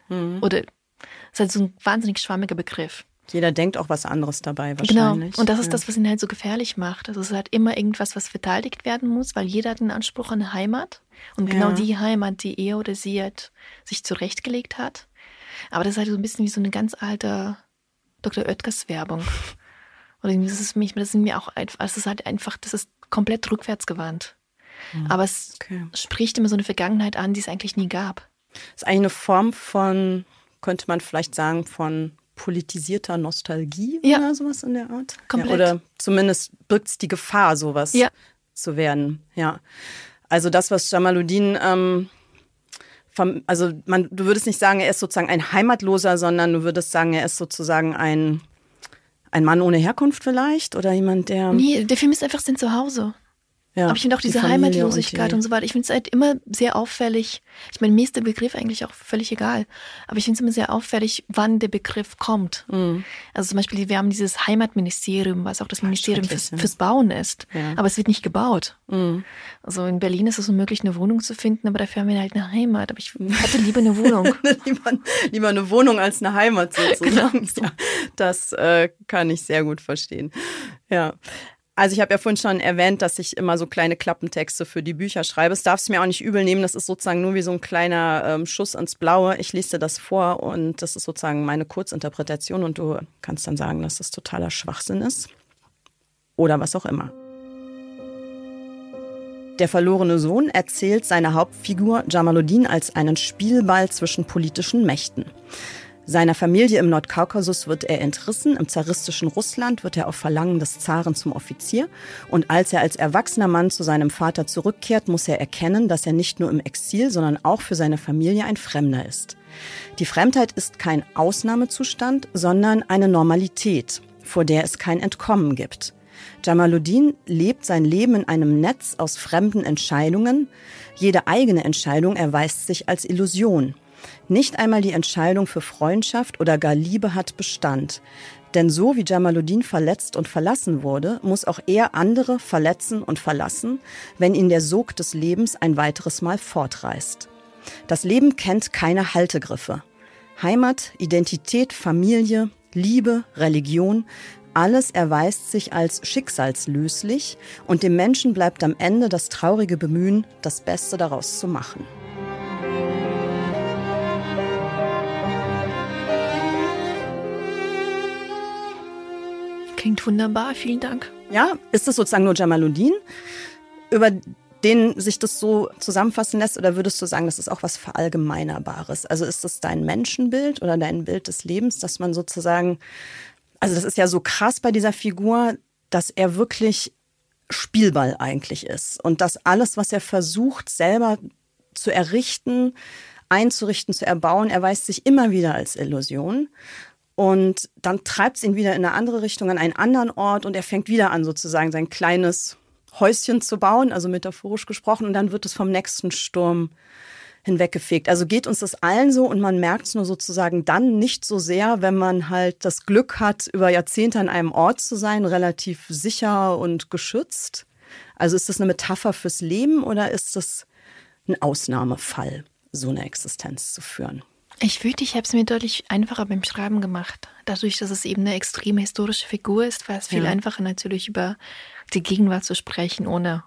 Oder es ist halt so ein wahnsinnig schwammiger Begriff. Jeder denkt auch was anderes dabei wahrscheinlich. Genau, und das ist das, was ihn halt so gefährlich macht. Also es ist halt immer irgendwas, was verteidigt werden muss, weil jeder hat einen Anspruch an eine Heimat. Und genau die Heimat, die er oder sie halt sich zurechtgelegt hat. Aber das ist halt so ein bisschen wie so eine ganz alte Dr. Oetkers-Werbung. Oder das ist mir auch einfach, es ist halt einfach, das ist komplett rückwärtsgewandt. Aber es spricht immer so eine Vergangenheit an, die es eigentlich nie gab. Das ist eigentlich eine Form von, könnte man vielleicht sagen, von politisierter Nostalgie oder sowas in der Art. Komplett. Ja, oder zumindest birgt es die Gefahr, sowas zu werden. Ja. Also das, was Jamaluddin, du würdest nicht sagen, er ist sozusagen ein Heimatloser, sondern du würdest sagen, er ist sozusagen ein Mann ohne Herkunft vielleicht oder jemand, der... Nee, der Film ist einfach sein Zuhause. Ja, aber ich finde auch diese Heimatlosigkeit und so weiter, ich finde es halt immer sehr auffällig. Ich meine, mir ist der Begriff eigentlich auch völlig egal. Aber ich finde es immer sehr auffällig, wann der Begriff kommt. Also zum Beispiel, wir haben dieses Heimatministerium, was auch das Ministerium fürs Bauen ist. Ja. Aber es wird nicht gebaut. Also in Berlin ist es unmöglich, eine Wohnung zu finden, aber dafür haben wir halt eine Heimat. Aber ich hätte lieber eine Wohnung. lieber eine Wohnung als eine Heimat sozusagen. Genau. Ja, das kann ich sehr gut verstehen. Ja. Also ich habe ja vorhin schon erwähnt, dass ich immer so kleine Klappentexte für die Bücher schreibe. Das darfst du mir auch nicht übel nehmen. Das ist sozusagen nur wie so ein kleiner Schuss ins Blaue. Ich lese dir das vor und das ist sozusagen meine Kurzinterpretation und du kannst dann sagen, dass das totaler Schwachsinn ist. Oder was auch immer. Der verlorene Sohn erzählt seine Hauptfigur Jamaluddin als einen Spielball zwischen politischen Mächten. Seiner Familie im Nordkaukasus wird er entrissen, im zaristischen Russland wird er auf Verlangen des Zaren zum Offizier und als er als erwachsener Mann zu seinem Vater zurückkehrt, muss er erkennen, dass er nicht nur im Exil, sondern auch für seine Familie ein Fremder ist. Die Fremdheit ist kein Ausnahmezustand, sondern eine Normalität, vor der es kein Entkommen gibt. Jamaluddin lebt sein Leben in einem Netz aus fremden Entscheidungen. Jede eigene Entscheidung erweist sich als Illusion. Nicht einmal die Entscheidung für Freundschaft oder gar Liebe hat Bestand. Denn so wie Jamaluddin verletzt und verlassen wurde, muss auch er andere verletzen und verlassen, wenn ihn der Sog des Lebens ein weiteres Mal fortreißt. Das Leben kennt keine Haltegriffe. Heimat, Identität, Familie, Liebe, Religion, alles erweist sich als schicksalslöslich und dem Menschen bleibt am Ende das traurige Bemühen, das Beste daraus zu machen. Klingt wunderbar, vielen Dank. Ja, ist es sozusagen nur Jamaluddin, über den sich das so zusammenfassen lässt, oder würdest du sagen, das ist auch was Verallgemeinerbares? Also ist das dein Menschenbild oder dein Bild des Lebens, dass man sozusagen, also das ist ja so krass bei dieser Figur, dass er wirklich Spielball eigentlich ist und dass alles, was er versucht, selber zu errichten, einzurichten, zu erbauen, erweist sich immer wieder als Illusion. Und dann treibt es ihn wieder in eine andere Richtung, an einen anderen Ort und er fängt wieder an, sozusagen sein kleines Häuschen zu bauen, also metaphorisch gesprochen, und dann wird es vom nächsten Sturm hinweggefegt. Also geht uns das allen so und man merkt es nur sozusagen dann nicht so sehr, wenn man halt das Glück hat, über Jahrzehnte an einem Ort zu sein, relativ sicher und geschützt. Also ist das eine Metapher fürs Leben oder ist das ein Ausnahmefall, so eine Existenz zu führen? Ich habe es mir deutlich einfacher beim Schreiben gemacht. Dadurch, dass es eben eine extreme historische Figur ist, war es viel einfacher natürlich über die Gegenwart zu sprechen, ohne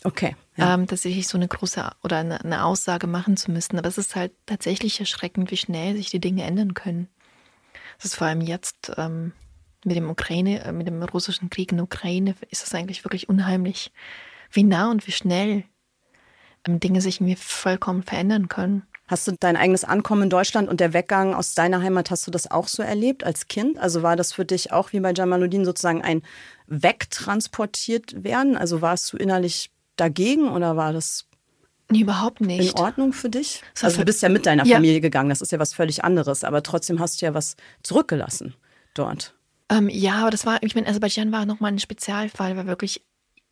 tatsächlich so eine große oder eine Aussage machen zu müssen. Aber es ist halt tatsächlich erschreckend, wie schnell sich die Dinge ändern können. Das ist vor allem jetzt mit dem russischen Krieg in der Ukraine ist es eigentlich wirklich unheimlich, wie nah und wie schnell Dinge sich mir vollkommen verändern können. Hast du dein eigenes Ankommen in Deutschland und der Weggang aus deiner Heimat, hast du das auch so erlebt als Kind? Also war das für dich auch wie bei Jamaluddin sozusagen ein Wegtransportiert werden? Also warst du innerlich dagegen oder war das überhaupt nicht in Ordnung für dich? Also du bist ja mit deiner Familie gegangen, das ist ja was völlig anderes, aber trotzdem hast du ja was zurückgelassen dort. Aber das war, ich meine, Aserbaidschan war nochmal ein Spezialfall, weil wirklich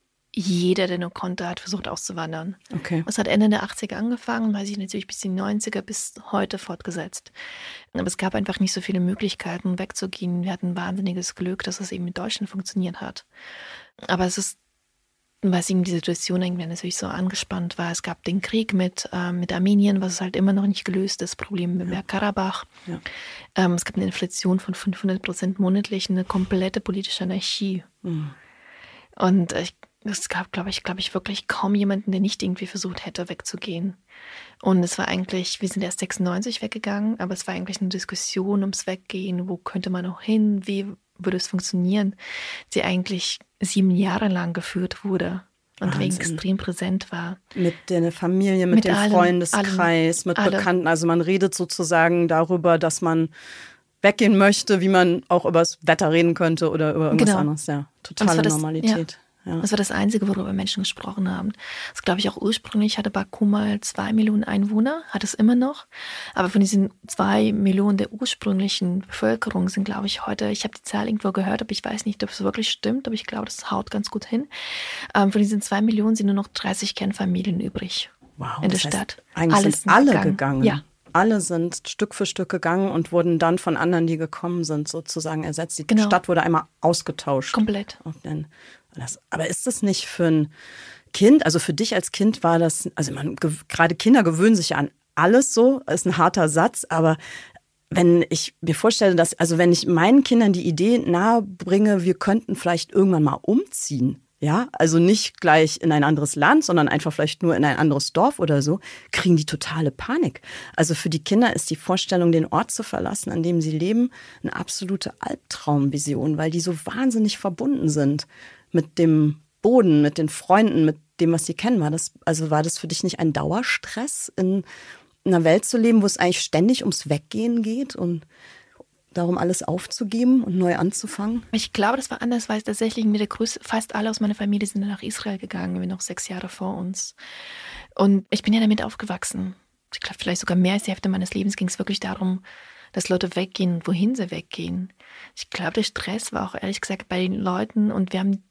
jeder, der nur konnte, hat versucht auszuwandern. Okay. Es hat Ende der 80er angefangen, weiß ich natürlich bis die 90er, bis heute fortgesetzt. Aber es gab einfach nicht so viele Möglichkeiten, wegzugehen. Wir hatten wahnsinniges Glück, dass es eben in Deutschland funktioniert hat. Aber es ist was ihm die Situation irgendwie natürlich so angespannt war. Es gab den Krieg mit Armenien, was halt immer noch nicht gelöst ist, Problem mit Bergkarabach. Ja. Es gab eine Inflation von 500% monatlich, eine komplette politische Anarchie. Mhm. Und es gab, glaube ich, wirklich kaum jemanden, der nicht irgendwie versucht hätte, wegzugehen. Und es war eigentlich, wir sind erst 96 weggegangen, aber es war eigentlich eine Diskussion ums Weggehen. Wo könnte man noch hin? Wie würde es funktionieren? Die eigentlich 7 Jahre lang geführt wurde und deswegen extrem präsent war. Mit der Familie, mit dem Freundeskreis, mit Bekannten. Also man redet sozusagen darüber, dass man weggehen möchte, wie man auch über das Wetter reden könnte oder über irgendwas anderes. Ja, totale Normalität. Ja. Ja. Das war das Einzige, worüber Menschen gesprochen haben. Das glaube ich auch ursprünglich hatte Baku mal 2 Millionen Einwohner, hat es immer noch. Aber von diesen 2 Millionen der ursprünglichen Bevölkerung sind, glaube ich, heute, ich habe die Zahl irgendwo gehört, aber ich weiß nicht, ob es wirklich stimmt, aber ich glaube, das haut ganz gut hin. Von diesen 2 Millionen sind nur noch 30 Kernfamilien übrig. Wow, in der Stadt. Eigentlich sind alle gegangen. Ja. Alle sind Stück für Stück gegangen und wurden dann von anderen, die gekommen sind, sozusagen ersetzt. Die Stadt wurde einmal ausgetauscht. Komplett. Aber ist das nicht für ein Kind, also für dich als Kind war das, also gerade Kinder gewöhnen sich ja an alles so, ist ein harter Satz, aber wenn ich mir vorstelle, wenn ich meinen Kindern die Idee nahe bringe, wir könnten vielleicht irgendwann mal umziehen, ja, also nicht gleich in ein anderes Land, sondern einfach vielleicht nur in ein anderes Dorf oder so, kriegen die totale Panik. Also für die Kinder ist die Vorstellung, den Ort zu verlassen, an dem sie leben, eine absolute Albtraumvision, weil die so wahnsinnig verbunden sind mit dem Boden, mit den Freunden, mit dem, was sie kennen. War das für dich nicht ein Dauerstress, in einer Welt zu leben, wo es eigentlich ständig ums Weggehen geht und darum alles aufzugeben und neu anzufangen? Ich glaube, das war anders, weil tatsächlich fast alle aus meiner Familie sind nach Israel gegangen, wir noch 6 Jahre vor uns. Und ich bin ja damit aufgewachsen. Ich glaube, vielleicht sogar mehr als die Hälfte meines Lebens ging es wirklich darum, dass Leute weggehen und wohin sie weggehen. Ich glaube, der Stress war auch ehrlich gesagt bei den Leuten und wir haben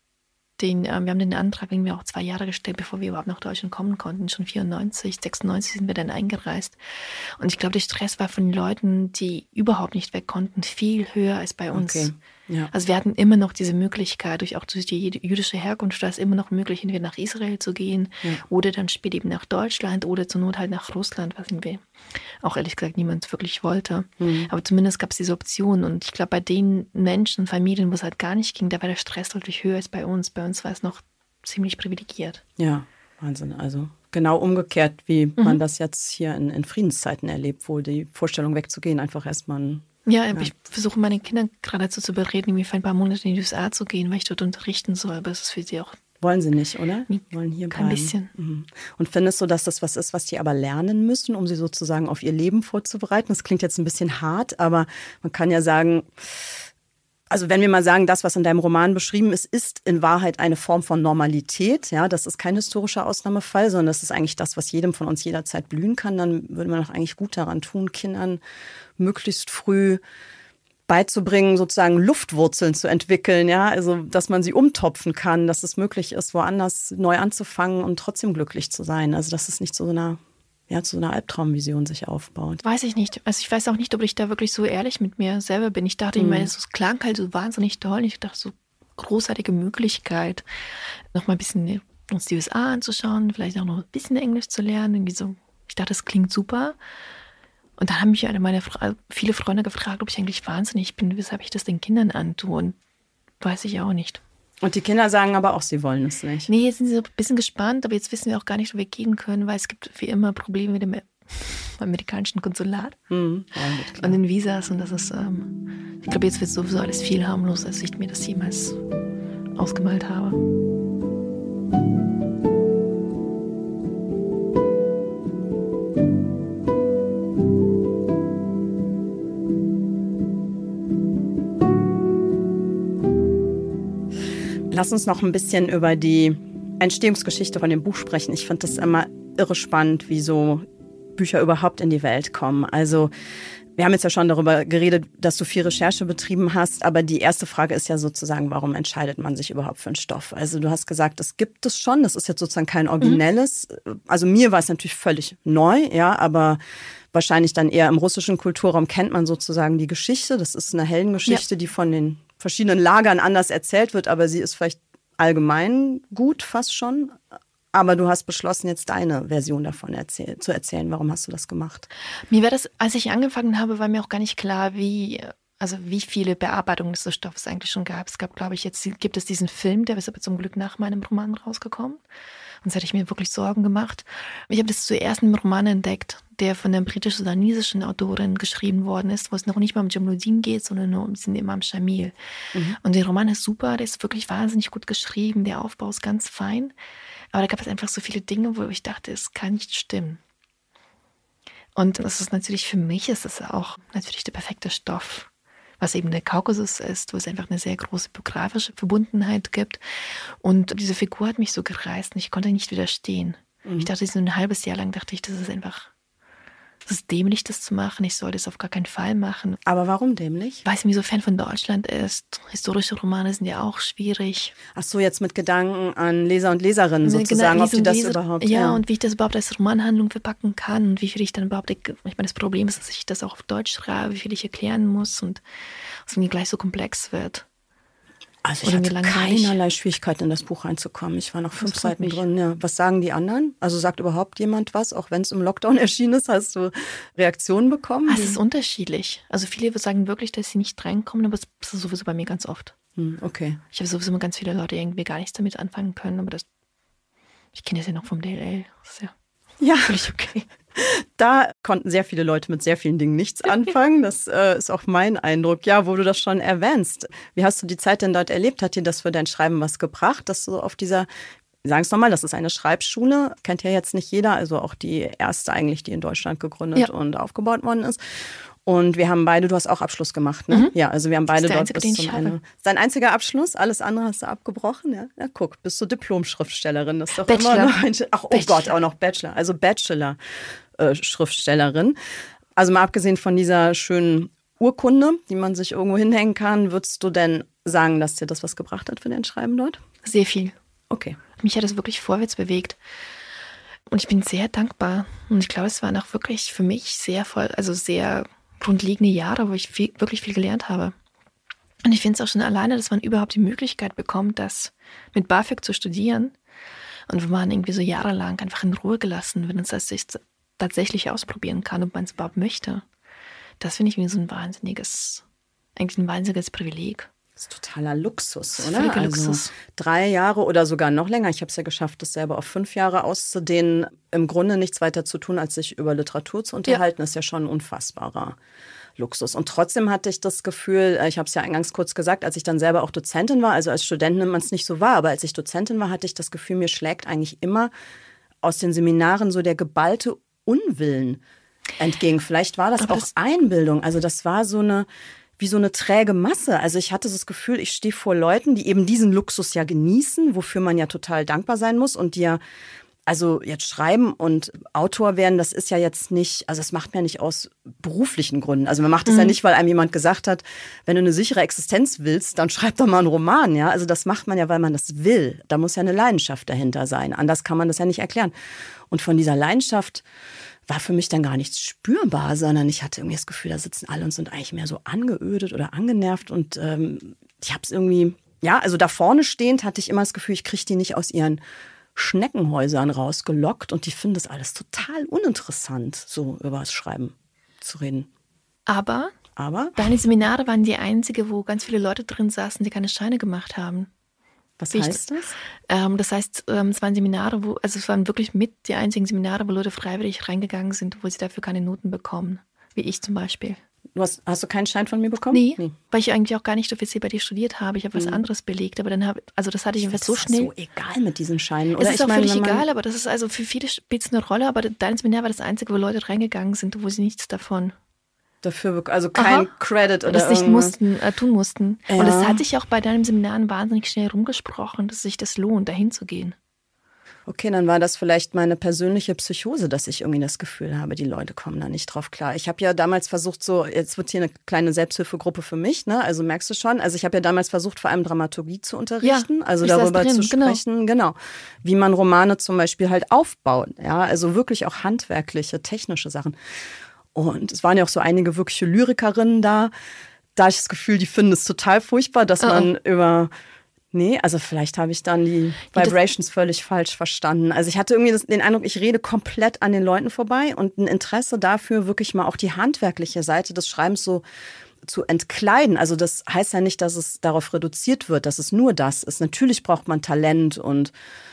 den Antrag irgendwie auch 2 Jahre gestellt, bevor wir überhaupt nach Deutschland kommen konnten. Schon 94, 96 sind wir dann eingereist. Und ich glaube, der Stress war von den Leuten, die überhaupt nicht weg konnten, viel höher als bei uns. Okay. Ja. Also wir hatten immer noch diese Möglichkeit, durch die jüdische Herkunft war es immer noch möglich, entweder nach Israel zu gehen oder dann später eben nach Deutschland oder zur Not halt nach Russland, was irgendwie auch ehrlich gesagt niemand wirklich wollte. Mhm. Aber zumindest gab es diese Option. Und ich glaube, bei den Menschen, Familien, wo es halt gar nicht ging, da war der Stress deutlich höher als bei uns. Bei uns war es noch ziemlich privilegiert. Ja, Wahnsinn. Also genau umgekehrt, wie man das jetzt hier in Friedenszeiten erlebt, wo die Vorstellung wegzugehen einfach erstmal ich versuche meine Kinder gerade dazu zu bereden, irgendwie für ein paar Monate in die USA zu gehen, weil ich dort unterrichten soll, aber es ist für sie auch... Wollen sie nicht, oder? Wollen hier bleiben. Kein bisschen. Mhm. Und findest du, dass das was ist, was die aber lernen müssen, um sie sozusagen auf ihr Leben vorzubereiten? Das klingt jetzt ein bisschen hart, aber man kann ja sagen, also wenn wir mal sagen, das, was in deinem Roman beschrieben ist, ist in Wahrheit eine Form von Normalität. Ja, das ist kein historischer Ausnahmefall, sondern das ist eigentlich das, was jedem von uns jederzeit blühen kann. Dann würde man doch eigentlich gut daran tun, Kindern möglichst früh beizubringen, sozusagen Luftwurzeln zu entwickeln. Ja, also dass man sie umtopfen kann, dass es möglich ist, woanders neu anzufangen und trotzdem glücklich zu sein. Also dass es nicht zu so einer Albtraumvision sich aufbaut. Weiß ich nicht. Also ich weiß auch nicht, ob ich da wirklich so ehrlich mit mir selber bin. Ich dachte, es klang halt so wahnsinnig toll. Ich dachte, so großartige Möglichkeit, noch mal ein bisschen uns die USA anzuschauen, vielleicht auch noch ein bisschen Englisch zu lernen. Irgendwie so. Ich dachte, das klingt super. Und dann haben mich viele Freunde gefragt, ob ich eigentlich wahnsinnig bin, weshalb ich das den Kindern antue. Und weiß ich auch nicht. Und die Kinder sagen aber auch, sie wollen es nicht. Nee, jetzt sind sie so ein bisschen gespannt, aber jetzt wissen wir auch gar nicht, wo wir gehen können, weil es gibt wie immer Probleme mit dem amerikanischen Konsulat und den Visas. Und das ist, ich glaube, jetzt wird sowieso alles viel harmloser, als ich mir das jemals ausgemalt habe. Lass uns noch ein bisschen über die Entstehungsgeschichte von dem Buch sprechen. Ich finde das immer irre spannend, wie so Bücher überhaupt in die Welt kommen. Also wir haben jetzt ja schon darüber geredet, dass du viel Recherche betrieben hast, aber die erste Frage ist ja sozusagen, warum entscheidet man sich überhaupt für einen Stoff? Also du hast gesagt, es gibt es schon, das ist jetzt sozusagen kein originelles. Also mir war es natürlich völlig neu, ja, aber wahrscheinlich dann eher im russischen Kulturraum kennt man sozusagen die Geschichte. Das ist eine Heldengeschichte, die von den verschiedenen Lagern anders erzählt wird, aber sie ist vielleicht allgemein gut, fast schon. Aber du hast beschlossen, jetzt deine Version davon zu erzählen. Warum hast du das gemacht? Mir war das, als ich angefangen habe, war mir auch gar nicht klar, wie viele Bearbeitungen des Stoffes eigentlich schon gab. Es gab, glaube ich, jetzt gibt es diesen Film, der ist aber zum Glück nach meinem Roman rausgekommen. Und das hatte ich mir wirklich Sorgen gemacht. Ich habe das zuerst in einem Roman entdeckt, der von der britisch-sudanesischen Autorin geschrieben worden ist, wo es noch nicht mal um Jamaluddin geht, sondern nur um den Imam Shamil. Und der Roman ist super, der ist wirklich wahnsinnig gut geschrieben, der Aufbau ist ganz fein. Aber da gab es einfach so viele Dinge, wo ich dachte, es kann nicht stimmen. Und das ist natürlich für mich, ist das auch natürlich der perfekte Stoff, was eben der Kaukasus ist, wo es einfach eine sehr große biografische Verbundenheit gibt. Und diese Figur hat mich so gereizt und ich konnte nicht widerstehen. Ich dachte, so ein halbes Jahr lang dachte ich, das ist dämlich, das zu machen. Ich soll das auf gar keinen Fall machen. Aber warum dämlich? Weil es mir so Fan von Deutschland ist. Historische Romane sind ja auch schwierig. Ach so, jetzt mit Gedanken an Leser und Leserinnen sozusagen, ob die das überhaupt... Ja, und wie ich das überhaupt als Romanhandlung verpacken kann und wie viel ich dann überhaupt... Ich meine, das Problem ist, dass ich das auch auf Deutsch schreibe, wie viel ich erklären muss und es mir gleich so komplex wird. Also ich hatte keinerlei Schwierigkeiten, in das Buch reinzukommen. Ich war noch 5 Seiten drin. Ja. Was sagen die anderen? Also sagt überhaupt jemand was? Auch wenn es im Lockdown erschienen ist, hast du Reaktionen bekommen? Es ist unterschiedlich. Also viele sagen wirklich, dass sie nicht reinkommen, aber das ist sowieso bei mir ganz oft. Okay. Ich habe sowieso immer ganz viele Leute, die irgendwie gar nichts damit anfangen können, aber ich kenne das ja noch vom DLL. Das ist ja völlig okay. Da konnten sehr viele Leute mit sehr vielen Dingen nichts anfangen. Das ist auch mein Eindruck. Ja, wo du das schon erwähnst. Wie hast du die Zeit denn dort erlebt? Hat dir das für dein Schreiben was gebracht, dass du auf dieser, sagen es nochmal, das ist eine Schreibschule, kennt ja jetzt nicht jeder, also auch die erste eigentlich, die in Deutschland gegründet und aufgebaut worden ist. Und wir haben beide, du hast auch Abschluss gemacht, ne? Ja, also wir haben beide dort bis zum Ende. Das ist dein einziger Abschluss? Alles andere hast du abgebrochen? Ja, guck, bist du Diplom-Schriftstellerin. Das ist doch Bachelor. Immer noch Gott, auch noch Bachelor. Also Bachelor-Schriftstellerin. Also mal abgesehen von dieser schönen Urkunde, die man sich irgendwo hinhängen kann, würdest du denn sagen, dass dir das was gebracht hat für dein Schreiben dort? Sehr viel. Okay. Mich hat es wirklich vorwärts bewegt. Und ich bin sehr dankbar. Und ich glaube, es waren auch wirklich für mich sehr grundlegende Jahre, wo ich wirklich viel gelernt habe. Und ich finde es auch schon alleine, dass man überhaupt die Möglichkeit bekommt, das mit BAföG zu studieren und wo man irgendwie so jahrelang einfach in Ruhe gelassen wird und das sich tatsächlich ausprobieren kann, ob man es überhaupt möchte. Das finde ich wie so ein wahnsinniges Privileg. Das ist totaler Luxus, oder? Völliger Luxus. 3 Jahre oder sogar noch länger. Ich habe es ja geschafft, das selber auf 5 Jahre auszudehnen. Im Grunde nichts weiter zu tun, als sich über Literatur zu unterhalten, ist ja schon ein unfassbarer Luxus. Und trotzdem hatte ich das Gefühl, ich habe es ja eingangs kurz gesagt, als ich dann selber auch Dozentin war, also als Studentin nimmt man es nicht so wahr, aber als ich Dozentin war, hatte ich das Gefühl, mir schlägt eigentlich immer aus den Seminaren so der geballte Unwillen entgegen. Vielleicht war das auch Einbildung. Also das war wie so eine träge Masse. Also ich hatte das Gefühl, ich stehe vor Leuten, die eben diesen Luxus ja genießen, wofür man ja total dankbar sein muss und die ja, also jetzt schreiben und Autor werden, das ist ja jetzt nicht, also das macht man ja nicht aus beruflichen Gründen. Also man macht es ja nicht, weil einem jemand gesagt hat, wenn du eine sichere Existenz willst, dann schreib doch mal einen Roman, ja. Also das macht man ja, weil man das will. Da muss ja eine Leidenschaft dahinter sein. Anders kann man das ja nicht erklären. Und von dieser Leidenschaft war für mich dann gar nichts spürbar, sondern ich hatte irgendwie das Gefühl, da sitzen alle und sind eigentlich mehr so angeödet oder angenervt. Und ich habe es irgendwie, ja, also da vorne stehend hatte ich immer das Gefühl, ich kriege die nicht aus ihren Schneckenhäusern rausgelockt und die finden das alles total uninteressant, so über das Schreiben zu reden. Aber deine Seminare waren die einzige, wo ganz viele Leute drin saßen, die keine Scheine gemacht haben. Was heißt das? Das heißt, es waren Seminare, es waren wirklich mit die einzigen Seminare, wo Leute freiwillig reingegangen sind, wo sie dafür keine Noten bekommen. Wie ich zum Beispiel. Hast du keinen Schein von mir bekommen? Nee, weil ich eigentlich auch gar nicht offiziell bei dir studiert habe. Ich habe was anderes belegt, aber dann das hatte ich einfach so schnell. Das ist so egal mit diesen Scheinen. Oder es ist auch völlig egal, aber das ist also für viele spielt es eine Rolle, aber dein Seminar war das einzige, wo Leute reingegangen sind, wo sie nichts davon dafür, also kein Credit oder das irgendwas. Nicht tun mussten. Ja. Und das hat sich auch bei deinem Seminar wahnsinnig schnell rumgesprochen, dass sich das lohnt, dahin zu gehen. Okay, dann war das vielleicht meine persönliche Psychose, dass ich irgendwie das Gefühl habe, die Leute kommen da nicht drauf klar. Ich habe ja damals versucht, jetzt wird hier eine kleine Selbsthilfegruppe für mich, ne? Also merkst du schon, also ich habe ja damals versucht, vor allem Dramaturgie zu unterrichten, also darüber zu sprechen, genau, wie man Romane zum Beispiel halt aufbaut, ja, also wirklich auch handwerkliche, technische Sachen. Und es waren ja auch so einige wirkliche Lyrikerinnen da. Da habe ich das Gefühl, die finden es total furchtbar, dass man über Nee, also vielleicht habe ich dann die Vibrations völlig falsch verstanden. Also ich hatte irgendwie den Eindruck, ich rede komplett an den Leuten vorbei und ein Interesse dafür, wirklich mal auch die handwerkliche Seite des Schreibens so zu entkleiden. Also das heißt ja nicht, dass es darauf reduziert wird, dass es nur das ist. Natürlich braucht man Talent und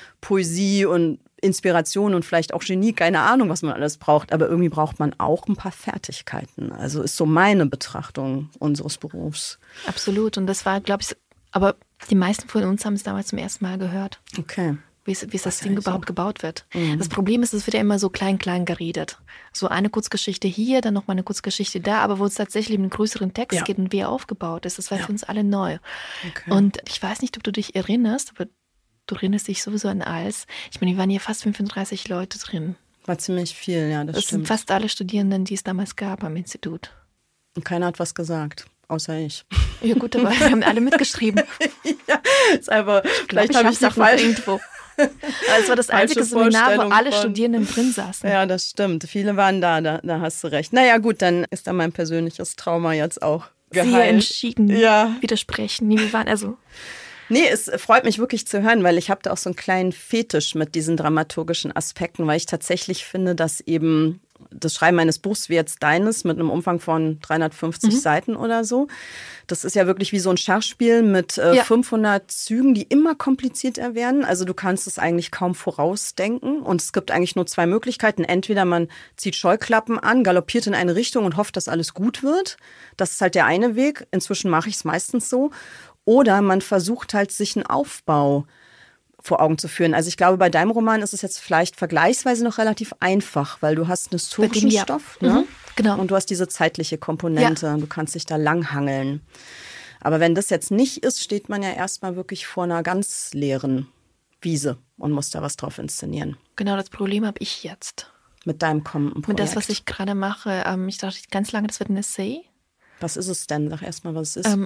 Poesie und Inspiration und vielleicht auch Genie, keine Ahnung, was man alles braucht. Aber irgendwie braucht man auch ein paar Fertigkeiten. Also ist so meine Betrachtung unseres Berufs. Absolut. Und das war, glaube ich, aber die meisten von uns haben es damals zum ersten Mal gehört. Okay. Wie das Ding überhaupt gebaut wird. Mhm. Das Problem ist, es wird ja immer so klein geredet. So eine Kurzgeschichte hier, dann noch mal eine Kurzgeschichte da, aber wo es tatsächlich um einen größeren Text geht und wie er aufgebaut ist, das war für uns alle neu. Okay. Und ich weiß nicht, ob du dich erinnerst, aber du erinnerst dich sowieso an alles. Ich meine, wir waren hier fast 35 Leute drin. War ziemlich viel, ja, das stimmt. Das sind fast alle Studierenden, die es damals gab am Institut. Und keiner hat was gesagt. Außer ich. Ja gut, aber wir haben alle mitgeschrieben. Ja, ist aber, vielleicht habe ich es auch falsch irgendwo. Aber es war das einzige Seminar, wo alle Studierenden drin saßen. Ja, das stimmt. Viele waren da hast du recht. Naja gut, dann ist da mein persönliches Trauma jetzt auch geheilt. Sie entschieden widersprechen. Nee, wir waren also... Nee, es freut mich wirklich zu hören, weil ich habe da auch so einen kleinen Fetisch mit diesen dramaturgischen Aspekten, weil ich tatsächlich finde, dass eben das Schreiben eines Buchs wie jetzt deines mit einem Umfang von 350 Seiten oder so, das ist ja wirklich wie so ein Schachspiel mit 500 Zügen, die immer komplizierter werden. Also du kannst es eigentlich kaum vorausdenken und es gibt eigentlich nur zwei Möglichkeiten. Entweder man zieht Scheuklappen an, galoppiert in eine Richtung und hofft, dass alles gut wird. Das ist halt der eine Weg. Inzwischen mache ich es meistens so. Oder man versucht halt, sich einen Aufbau vor Augen zu führen. Also ich glaube, bei deinem Roman ist es jetzt vielleicht vergleichsweise noch relativ einfach, weil du hast einen historischen Stoff, ne? Genau. Und du hast diese zeitliche Komponente. Ja. Du kannst dich da langhangeln. Aber wenn das jetzt nicht ist, steht man ja erstmal wirklich vor einer ganz leeren Wiese und muss da was drauf inszenieren. Genau, das Problem habe ich jetzt. Mit deinem kommenden Projekt. Mit das, was ich gerade mache. Ich dachte ganz lange, das wird ein Essay. Was ist es denn? Sag erstmal, was es ist.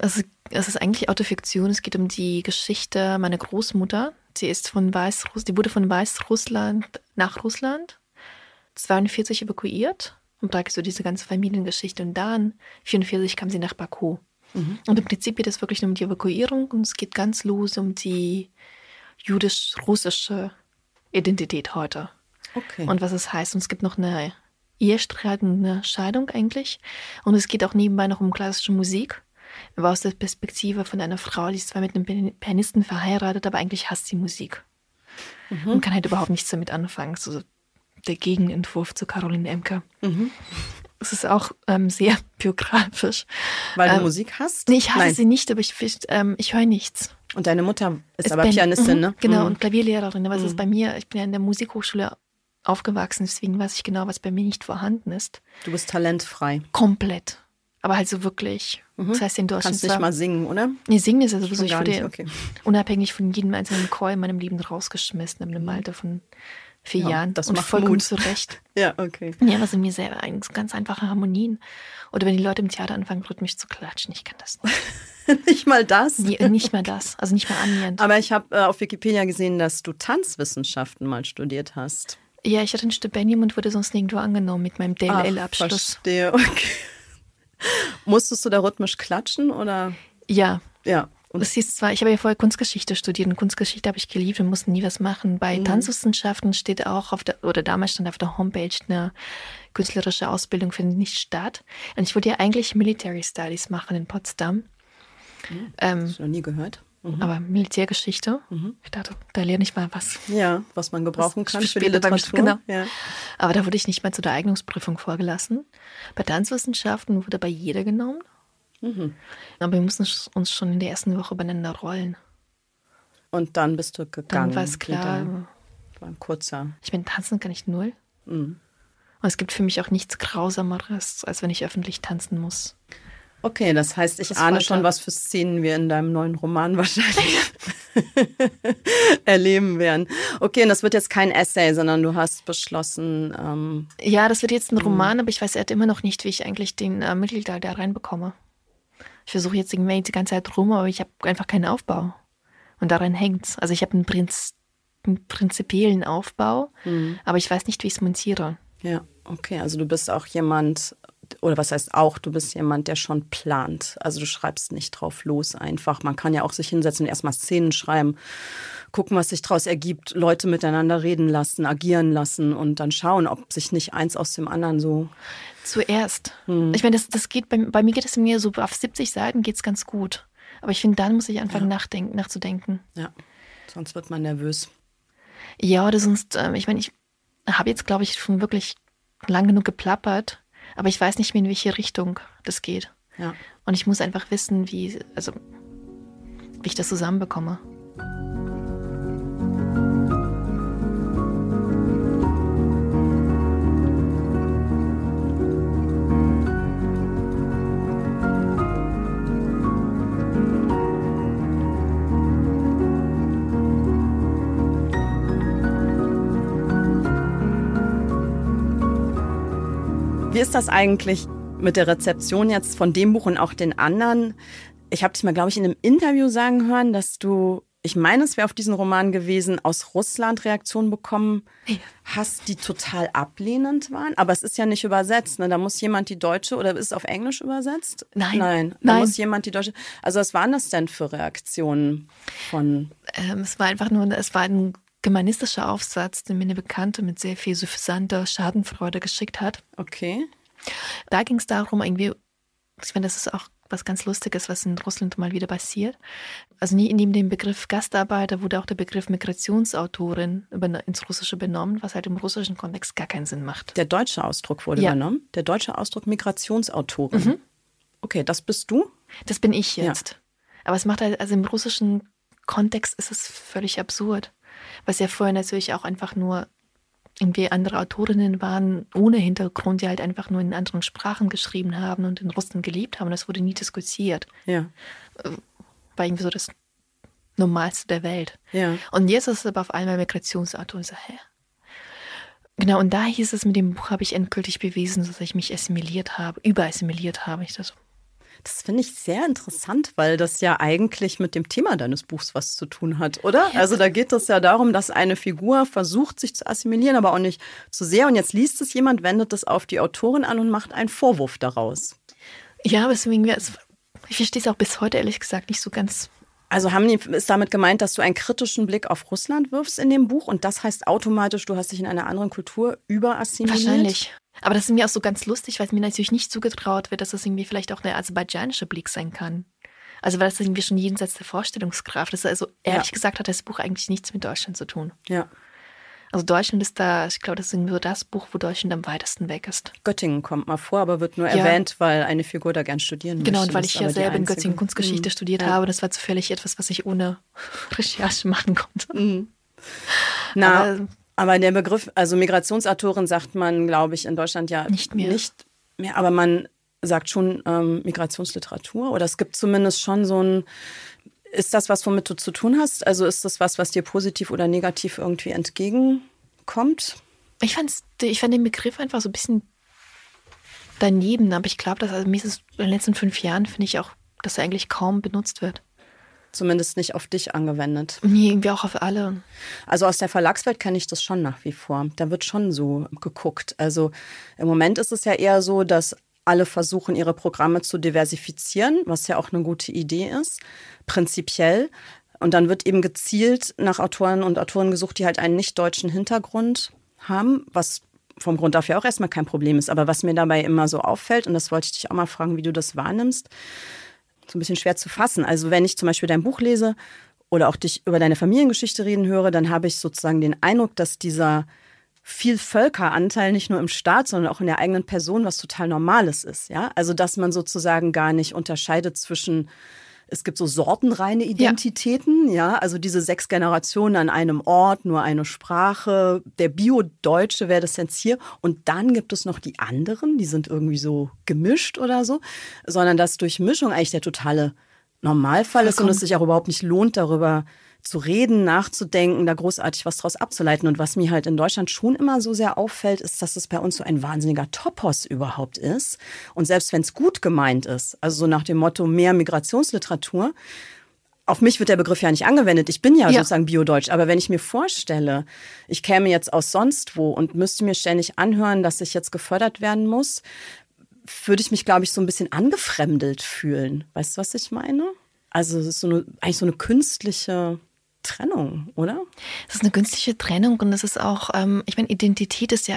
Es ist eigentlich Autofiktion. Es geht um die Geschichte meiner Großmutter. Sie wurde von Weißrussland nach Russland 1942 evakuiert. Und praktisch so diese ganze Familiengeschichte. Und dann, 1944, kam sie nach Baku. Mhm. Und im Prinzip geht es wirklich nur um die Evakuierung. Und es geht ganz los um die jüdisch-russische Identität heute. Okay. Und was es heißt. Und es gibt noch eine Ehestreit und eine Scheidung eigentlich. Und es geht auch nebenbei noch um klassische Musik. Aber aus der Perspektive von einer Frau, die ist zwar mit einem Pianisten verheiratet, aber eigentlich hasst sie Musik. Mhm. Und kann halt überhaupt nichts damit anfangen. So der Gegenentwurf zu Caroline Emke. Mhm. Es ist auch sehr biografisch. Weil du Musik hast? Nee, ich hasse sie nicht, aber ich höre nichts. Und deine Mutter ist aber Pianistin, ne? Genau, und Klavierlehrerin. Aber es ist bei mir, ich bin ja in der Musikhochschule aufgewachsen, deswegen weiß ich genau, was bei mir nicht vorhanden ist. Du bist talentfrei. Komplett. Aber halt so wirklich. Das heißt in Deutschland. Kannst nicht mal singen, oder? Nee, singen ist ja sowieso. Ich wurde okay. unabhängig von jedem einzelnen Chor in meinem Leben rausgeschmissen, in einem Alter von 4 Jahren. Das und macht vollkommen Mut. zurecht. Ja, okay. Ja, das sind mir sehr ganz einfache Harmonien. Oder wenn die Leute im Theater anfangen, rhythmisch zu klatschen, ich kann das nicht. Nicht mal das? Nee, nicht mal das. Also nicht mal annähernd. Aber ich habe auf Wikipedia gesehen, dass du Tanzwissenschaften mal studiert hast. Ja, ich hatte ein Stipendium und wurde sonst nirgendwo angenommen mit meinem DLL-Abschluss. Verstehe, okay. Musstest du da rhythmisch klatschen, oder? Ja. Ja. Das hieß zwar, ich habe ja vorher Kunstgeschichte studiert und Kunstgeschichte habe ich geliebt und musste nie was machen. Bei Tanzwissenschaften steht auch damals stand auf der Homepage, eine künstlerische Ausbildung findet nicht statt. Und ich wollte ja eigentlich Military Studies machen in Potsdam. Hast du noch nie gehört? Aber Militärgeschichte, ich dachte, da lerne ich mal was. Ja, was man gebrauchen kann für die Literatur. Literatur. Genau. Ja. Aber da wurde ich nicht mal zur Eignungsprüfung vorgelassen. Bei Tanzwissenschaften wurde aber jeder genommen. Aber wir mussten uns schon in der ersten Woche übereinander rollen. Und dann bist du gegangen. Dann war es klar. War ein kurzer. Ich meine, tanzen kann ich null. Und es gibt für mich auch nichts Grausameres, als wenn ich öffentlich tanzen muss. Okay, das heißt, ich ahne schon, was für Szenen wir in deinem neuen Roman wahrscheinlich erleben werden. Okay, und das wird jetzt kein Essay, sondern du hast beschlossen... ja, das wird jetzt ein Roman, aber ich weiß immer noch nicht, wie ich eigentlich den Mittelteil da reinbekomme. Ich versuche jetzt irgendwie die ganze Zeit rum, aber ich habe einfach keinen Aufbau. Und daran hängt's. Also ich habe einen prinzipiellen Aufbau, aber ich weiß nicht, wie ich es montiere. Ja, okay, also du bist auch jemand, oder was heißt auch, du bist jemand, der schon plant. Also du schreibst nicht drauf los einfach. Man kann ja auch sich hinsetzen und erstmal Szenen schreiben, gucken, was sich daraus ergibt, Leute miteinander reden lassen, agieren lassen und dann schauen, ob sich nicht eins aus dem anderen so... Zuerst. Ich meine, das geht, bei mir geht es mir so, auf 70 Seiten geht es ganz gut. Aber ich finde, dann muss ich anfangen nachzudenken. Ja, sonst wird man nervös. Ja, oder sonst, ich meine, ich habe jetzt, glaube ich, schon wirklich lang genug geplappert, aber ich weiß nicht mehr, in welche Richtung das geht. Ja. Und ich muss einfach wissen, wie ich das zusammenbekomme. Wie ist das eigentlich mit der Rezeption jetzt von dem Buch und auch den anderen? Ich habe dich mal, glaube ich, in einem Interview sagen hören, dass du, ich meine, es wäre auf diesen Roman gewesen, aus Russland Reaktionen bekommen hast, die total ablehnend waren. Aber es ist ja nicht übersetzt, ne? Da muss jemand die deutsche, oder ist es auf Englisch übersetzt? Nein. Da muss jemand die deutsche. Also was waren das denn für Reaktionen von... Es war einfach nur, es war ein germanistischer Aufsatz, den mir eine Bekannte mit sehr viel suffisanter Schadenfreude geschickt hat. Okay. Da ging es darum, irgendwie, ich finde, das ist auch was ganz Lustiges, was in Russland mal wieder passiert. Also neben dem Begriff Gastarbeiter wurde auch der Begriff Migrationsautorin ins Russische benommen, was halt im russischen Kontext gar keinen Sinn macht. Der deutsche Ausdruck wurde übernommen? Der deutsche Ausdruck Migrationsautorin? Mhm. Okay, das bist du? Das bin ich jetzt. Ja. Aber es macht halt, also im russischen Kontext ist es völlig absurd. Was ja vorher natürlich auch einfach nur irgendwie andere Autorinnen waren, ohne Hintergrund, die halt einfach nur in anderen Sprachen geschrieben haben und in Russland gelebt haben. Das wurde nie diskutiert. Ja. War irgendwie so das Normalste der Welt. Ja. Und jetzt ist es aber auf einmal Migrationsautor. Und so, hä? Genau, und da hieß es, mit dem Buch habe ich endgültig bewiesen, dass ich mich überassimiliert habe. Ich dachte, das finde ich sehr interessant, weil das ja eigentlich mit dem Thema deines Buchs was zu tun hat, oder? Ja. Also da geht es ja darum, dass eine Figur versucht, sich zu assimilieren, aber auch nicht zu sehr. Und jetzt liest es jemand, wendet es auf die Autorin an und macht einen Vorwurf daraus. Ja, aber ich verstehe es auch bis heute ehrlich gesagt nicht so ganz. Also ist damit gemeint, dass du einen kritischen Blick auf Russland wirfst in dem Buch und das heißt automatisch, du hast dich in einer anderen Kultur überassimiliert? Wahrscheinlich. Aber das ist mir auch so ganz lustig, weil es mir natürlich nicht zugetraut wird, dass das irgendwie vielleicht auch der aserbaidschanische Blick sein kann. Also weil das irgendwie schon jenseits der Vorstellungskraft ist. Also ehrlich gesagt hat das Buch eigentlich nichts mit Deutschland zu tun. Ja. Also Deutschland ist da, ich glaube, das ist irgendwie so das Buch, wo Deutschland am weitesten weg ist. Göttingen kommt mal vor, aber wird nur erwähnt, weil eine Figur da gern studieren möchte. Genau, und weil ich ja selber in Göttingen Kunstgeschichte studiert habe. Das war zufällig etwas, was ich ohne Recherche machen konnte. Aber der Begriff, also Migrationsautorin sagt man, glaube ich, in Deutschland ja nicht mehr, aber man sagt schon Migrationsliteratur oder es gibt zumindest schon so ein, ist das was, womit du zu tun hast? Also ist das was dir positiv oder negativ irgendwie entgegenkommt? Ich fand den Begriff einfach so ein bisschen daneben, aber ich glaube, dass also mir ist es in den letzten 5 Jahren, finde ich auch, dass er eigentlich kaum benutzt wird. Zumindest nicht auf dich angewendet. Nee, irgendwie auch auf alle. Also aus der Verlagswelt kenne ich das schon nach wie vor. Da wird schon so geguckt. Also im Moment ist es ja eher so, dass alle versuchen, ihre Programme zu diversifizieren, was ja auch eine gute Idee ist, prinzipiell. Und dann wird eben gezielt nach Autoren und Autoren gesucht, die halt einen nicht-deutschen Hintergrund haben, was vom Grund auf ja auch erstmal kein Problem ist. Aber was mir dabei immer so auffällt, und das wollte ich dich auch mal fragen, wie du das wahrnimmst, so ein bisschen schwer zu fassen. Also wenn ich zum Beispiel dein Buch lese oder auch dich über deine Familiengeschichte reden höre, dann habe ich sozusagen den Eindruck, dass dieser Vielvölkeranteil nicht nur im Staat, sondern auch in der eigenen Person was total Normales ist. Ja? Also dass man sozusagen gar nicht unterscheidet zwischen, es gibt so sortenreine Identitäten, ja, also diese 6 Generationen an einem Ort, nur eine Sprache, der Bio-Deutsche wäre das jetzt hier und dann gibt es noch die anderen, die sind irgendwie so gemischt oder so, sondern dass Durchmischung eigentlich der totale Normalfall ist und es sich auch überhaupt nicht lohnt, darüber zu reden, nachzudenken, da großartig was draus abzuleiten. Und was mir halt in Deutschland schon immer so sehr auffällt, ist, dass es bei uns so ein wahnsinniger Topos überhaupt ist. Und selbst wenn es gut gemeint ist, also so nach dem Motto mehr Migrationsliteratur, auf mich wird der Begriff ja nicht angewendet. Ich bin ja sozusagen Biodeutsch. Aber wenn ich mir vorstelle, ich käme jetzt aus sonst wo und müsste mir ständig anhören, dass ich jetzt gefördert werden muss, würde ich mich, glaube ich, so ein bisschen angefremdelt fühlen. Weißt du, was ich meine? Also es ist eigentlich so eine künstliche Trennung, oder? Es ist eine künstliche Trennung und das ist auch, ich meine, Identität ist ja,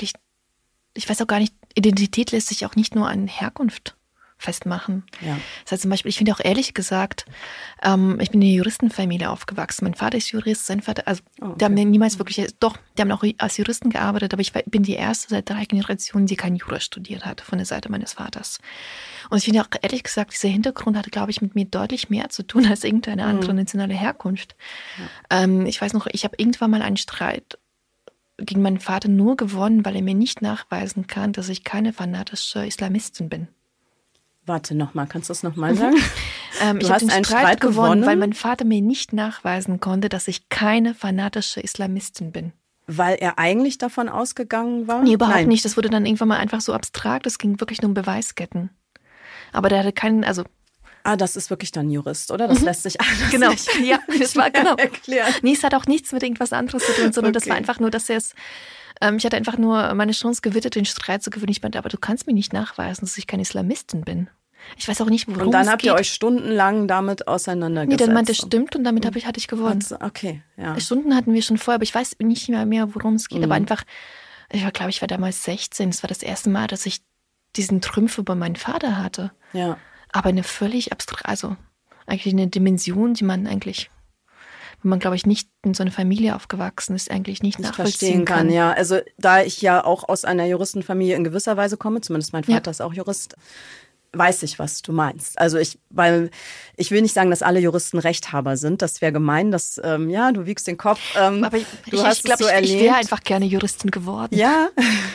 ich weiß auch gar nicht, Identität lässt sich auch nicht nur an Herkunft festmachen. Ja. Das heißt zum Beispiel, ich finde auch ehrlich gesagt, ich bin in einer Juristenfamilie aufgewachsen. Mein Vater ist Jurist, sein Vater, also die haben niemals wirklich, doch, die haben auch als Juristen gearbeitet, aber ich bin die erste seit 3 Generationen, die kein Jura studiert hat, von der Seite meines Vaters. Und ich finde auch ehrlich gesagt, dieser Hintergrund hatte, glaube ich, mit mir deutlich mehr zu tun als irgendeine andere nationale Herkunft. Ja. Ich weiß noch, ich habe irgendwann mal einen Streit gegen meinen Vater nur gewonnen, weil er mir nicht nachweisen kann, dass ich keine fanatische Islamistin bin. Warte nochmal, kannst du das nochmal sagen? Ich habe den Streit gewonnen, weil mein Vater mir nicht nachweisen konnte, dass ich keine fanatische Islamistin bin. Weil er eigentlich davon ausgegangen war? Nee, überhaupt nicht. Das wurde dann irgendwann mal einfach so abstrakt. Es ging wirklich nur um Beweisketten. Aber der hatte keinen, also... das ist wirklich dann Jurist, oder? Das lässt sich alles genau. nicht Ja, das war genau erklären. Nee, es hat auch nichts mit irgendwas anderes zu tun, sondern das war einfach nur, dass er es... ich hatte einfach nur meine Chance gewittert, den Streit zu gewinnen. Ich meinte, aber du kannst mir nicht nachweisen, dass ich keine Islamistin bin. Ich weiß auch nicht, worum es geht. Und dann habt ihr euch stundenlang damit auseinandergesetzt. Nee, dann meinte er, stimmt, und damit hatte ich gewonnen. Okay, ja. Stunden hatten wir schon vorher, aber ich weiß nicht mehr, worum es geht. Aber einfach, ich war damals 16. Es war das erste Mal, dass ich diesen Trümpf über meinen Vater hatte. Ja. Aber eine völlig abstrakte, also eigentlich eine Dimension, die man eigentlich, wenn man, glaube ich, nicht in so einer Familie aufgewachsen ist, eigentlich nicht nachvollziehen kann. Ja, also da ich ja auch aus einer Juristenfamilie in gewisser Weise komme, zumindest mein Vater ist auch Jurist, weiß ich, was du meinst. Also weil ich will nicht sagen, dass alle Juristen Rechthaber sind. Das wäre gemein, dass, du wiegst den Kopf. Aber ich glaube, ich wäre einfach gerne Juristin geworden. Ja.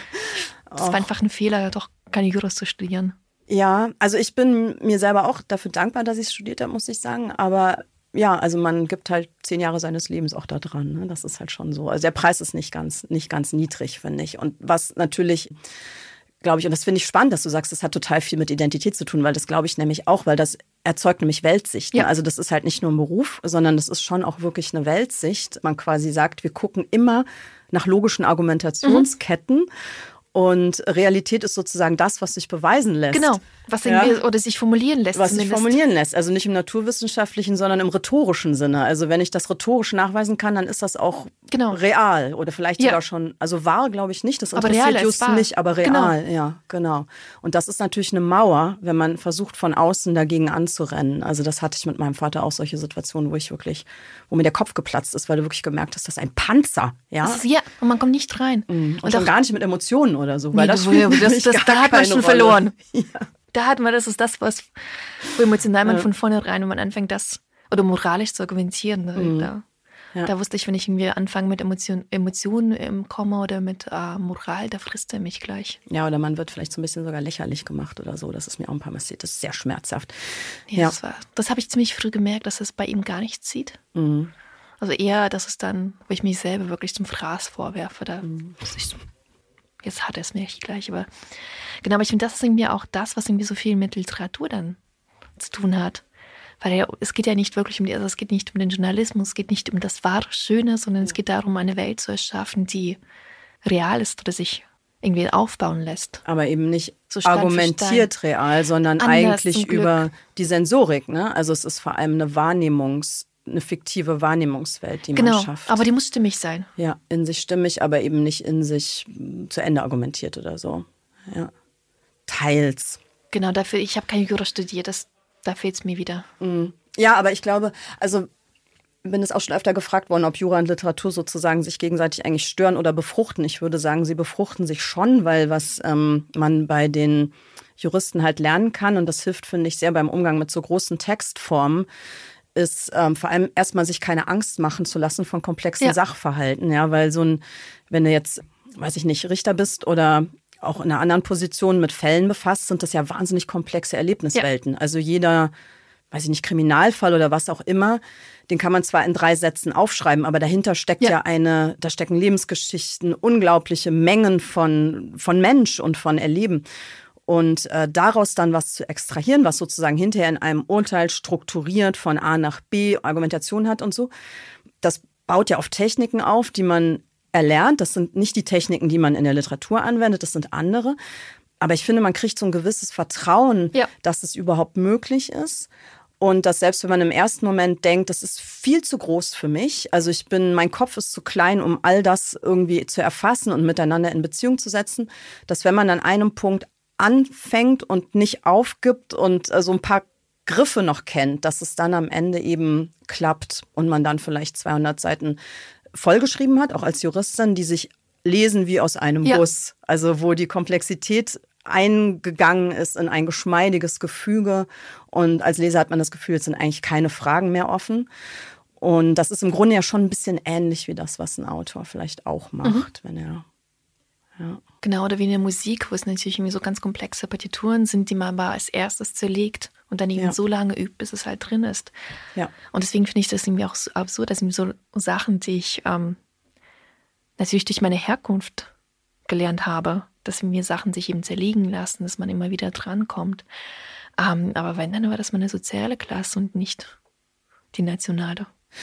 Das war einfach ein Fehler, doch keine Jura zu studieren. Ja, also ich bin mir selber auch dafür dankbar, dass ich es studiert habe, muss ich sagen. Aber ja, also man gibt halt 10 Jahre seines Lebens auch da dran. Ne? Das ist halt schon so. Also der Preis ist nicht ganz niedrig, finde ich. Und was natürlich, glaube ich, und das finde ich spannend, dass du sagst, das hat total viel mit Identität zu tun, weil das glaube ich nämlich auch, weil das erzeugt nämlich Weltsicht. Ne? Ja. Also das ist halt nicht nur ein Beruf, sondern das ist schon auch wirklich eine Weltsicht. Man quasi sagt, wir gucken immer nach logischen Argumentationsketten. Und Realität ist sozusagen das, was sich beweisen lässt. Genau, was irgendwie, oder sich formulieren lässt. Was sich formulieren lässt, also nicht im naturwissenschaftlichen, sondern im rhetorischen Sinne. Also wenn ich das rhetorisch nachweisen kann, dann ist das auch real oder vielleicht sogar schon, also wahr glaube ich nicht, das interessiert just nicht, aber real, genau. Und das ist natürlich eine Mauer, wenn man versucht von außen dagegen anzurennen. Also das hatte ich mit meinem Vater auch, solche Situationen, wo mir der Kopf geplatzt ist, weil du wirklich gemerkt hast, das ist ein Panzer. Ja, und man kommt nicht rein. Und schon gar nicht mit Emotionen oder so, weil da hat man schon verloren. Ja. Da hat man, das ist das, wo emotional man von vornherein, wenn man anfängt, das oder moralisch zu argumentieren. Da wusste ich, wenn ich irgendwie anfange mit Emotionen im Komma oder mit Moral, da frisst er mich gleich. Ja, oder man wird vielleicht so ein bisschen sogar lächerlich gemacht oder so. Das ist mir auch ein paar Mal passiert. Das ist sehr schmerzhaft. Ja. Das habe ich ziemlich früh gemerkt, dass es bei ihm gar nicht zieht. Mhm. Also eher, dass es dann, wo ich mich selber wirklich zum Fraß vorwerfe, jetzt hat er es mir echt gleich, aber genau, aber ich finde, das ist irgendwie auch das, was irgendwie so viel mit Literatur dann zu tun hat. Weil es geht ja nicht wirklich es geht nicht um den Journalismus, es geht nicht um das wahre Schöne, sondern es geht darum, eine Welt zu erschaffen, die real ist oder sich irgendwie aufbauen lässt. Aber eben nicht so argumentiert real, sondern eigentlich über die Sensorik. Ne? Also es ist vor allem eine fiktive Wahrnehmungswelt, die man schafft. Genau, aber die muss stimmig sein. Ja, in sich stimmig, aber eben nicht in sich zu Ende argumentiert oder so. Ja. Teils. Genau, ich habe keine Jura studiert, da fehlt es mir wieder. Ja, aber ich glaube, also bin es auch schon öfter gefragt worden, ob Jura und Literatur sozusagen sich gegenseitig eigentlich stören oder befruchten. Ich würde sagen, sie befruchten sich schon, weil was man bei den Juristen halt lernen kann, und das hilft, finde ich, sehr beim Umgang mit so großen Textformen, ist vor allem erstmal sich keine Angst machen zu lassen von komplexen Sachverhalten. Ja, weil wenn du jetzt, weiß ich nicht, Richter bist oder auch in einer anderen Position mit Fällen befasst, sind das ja wahnsinnig komplexe Erlebniswelten. Ja. Also jeder, weiß ich nicht, Kriminalfall oder was auch immer, den kann man zwar in 3 Sätzen aufschreiben, aber dahinter steckt da stecken Lebensgeschichten, unglaubliche Mengen von Mensch und von Erleben. Und daraus dann was zu extrahieren, was sozusagen hinterher in einem Urteil strukturiert von A nach B Argumentation hat und so, das baut ja auf Techniken auf, die man erlernt. Das sind nicht die Techniken, die man in der Literatur anwendet, das sind andere. Aber ich finde, man kriegt so ein gewisses Vertrauen, dass es überhaupt möglich ist. Und dass selbst wenn man im ersten Moment denkt, das ist viel zu groß für mich, also mein Kopf ist zu klein, um all das irgendwie zu erfassen und miteinander in Beziehung zu setzen, dass wenn man an einem Punkt anfängt und nicht aufgibt und so ein paar Griffe noch kennt, dass es dann am Ende eben klappt und man dann vielleicht 200 Seiten vollgeschrieben hat, auch als Juristin, die sich lesen wie aus einem Guss. Also wo die Komplexität eingegangen ist in ein geschmeidiges Gefüge. Und als Leser hat man das Gefühl, es sind eigentlich keine Fragen mehr offen. Und das ist im Grunde ja schon ein bisschen ähnlich wie das, was ein Autor vielleicht auch macht, wenn er... Ja. Genau, oder wie in der Musik, wo es natürlich irgendwie so ganz komplexe Partituren sind, die man aber als erstes zerlegt und dann eben so lange übt, bis es halt drin ist. Ja. Und deswegen finde ich das irgendwie auch so absurd, dass so Sachen, die ich natürlich durch meine Herkunft gelernt habe, dass mir Sachen sich eben zerlegen lassen, dass man immer wieder drankommt. Aber wenn, dann war das meine soziale Klasse und nicht die nationale.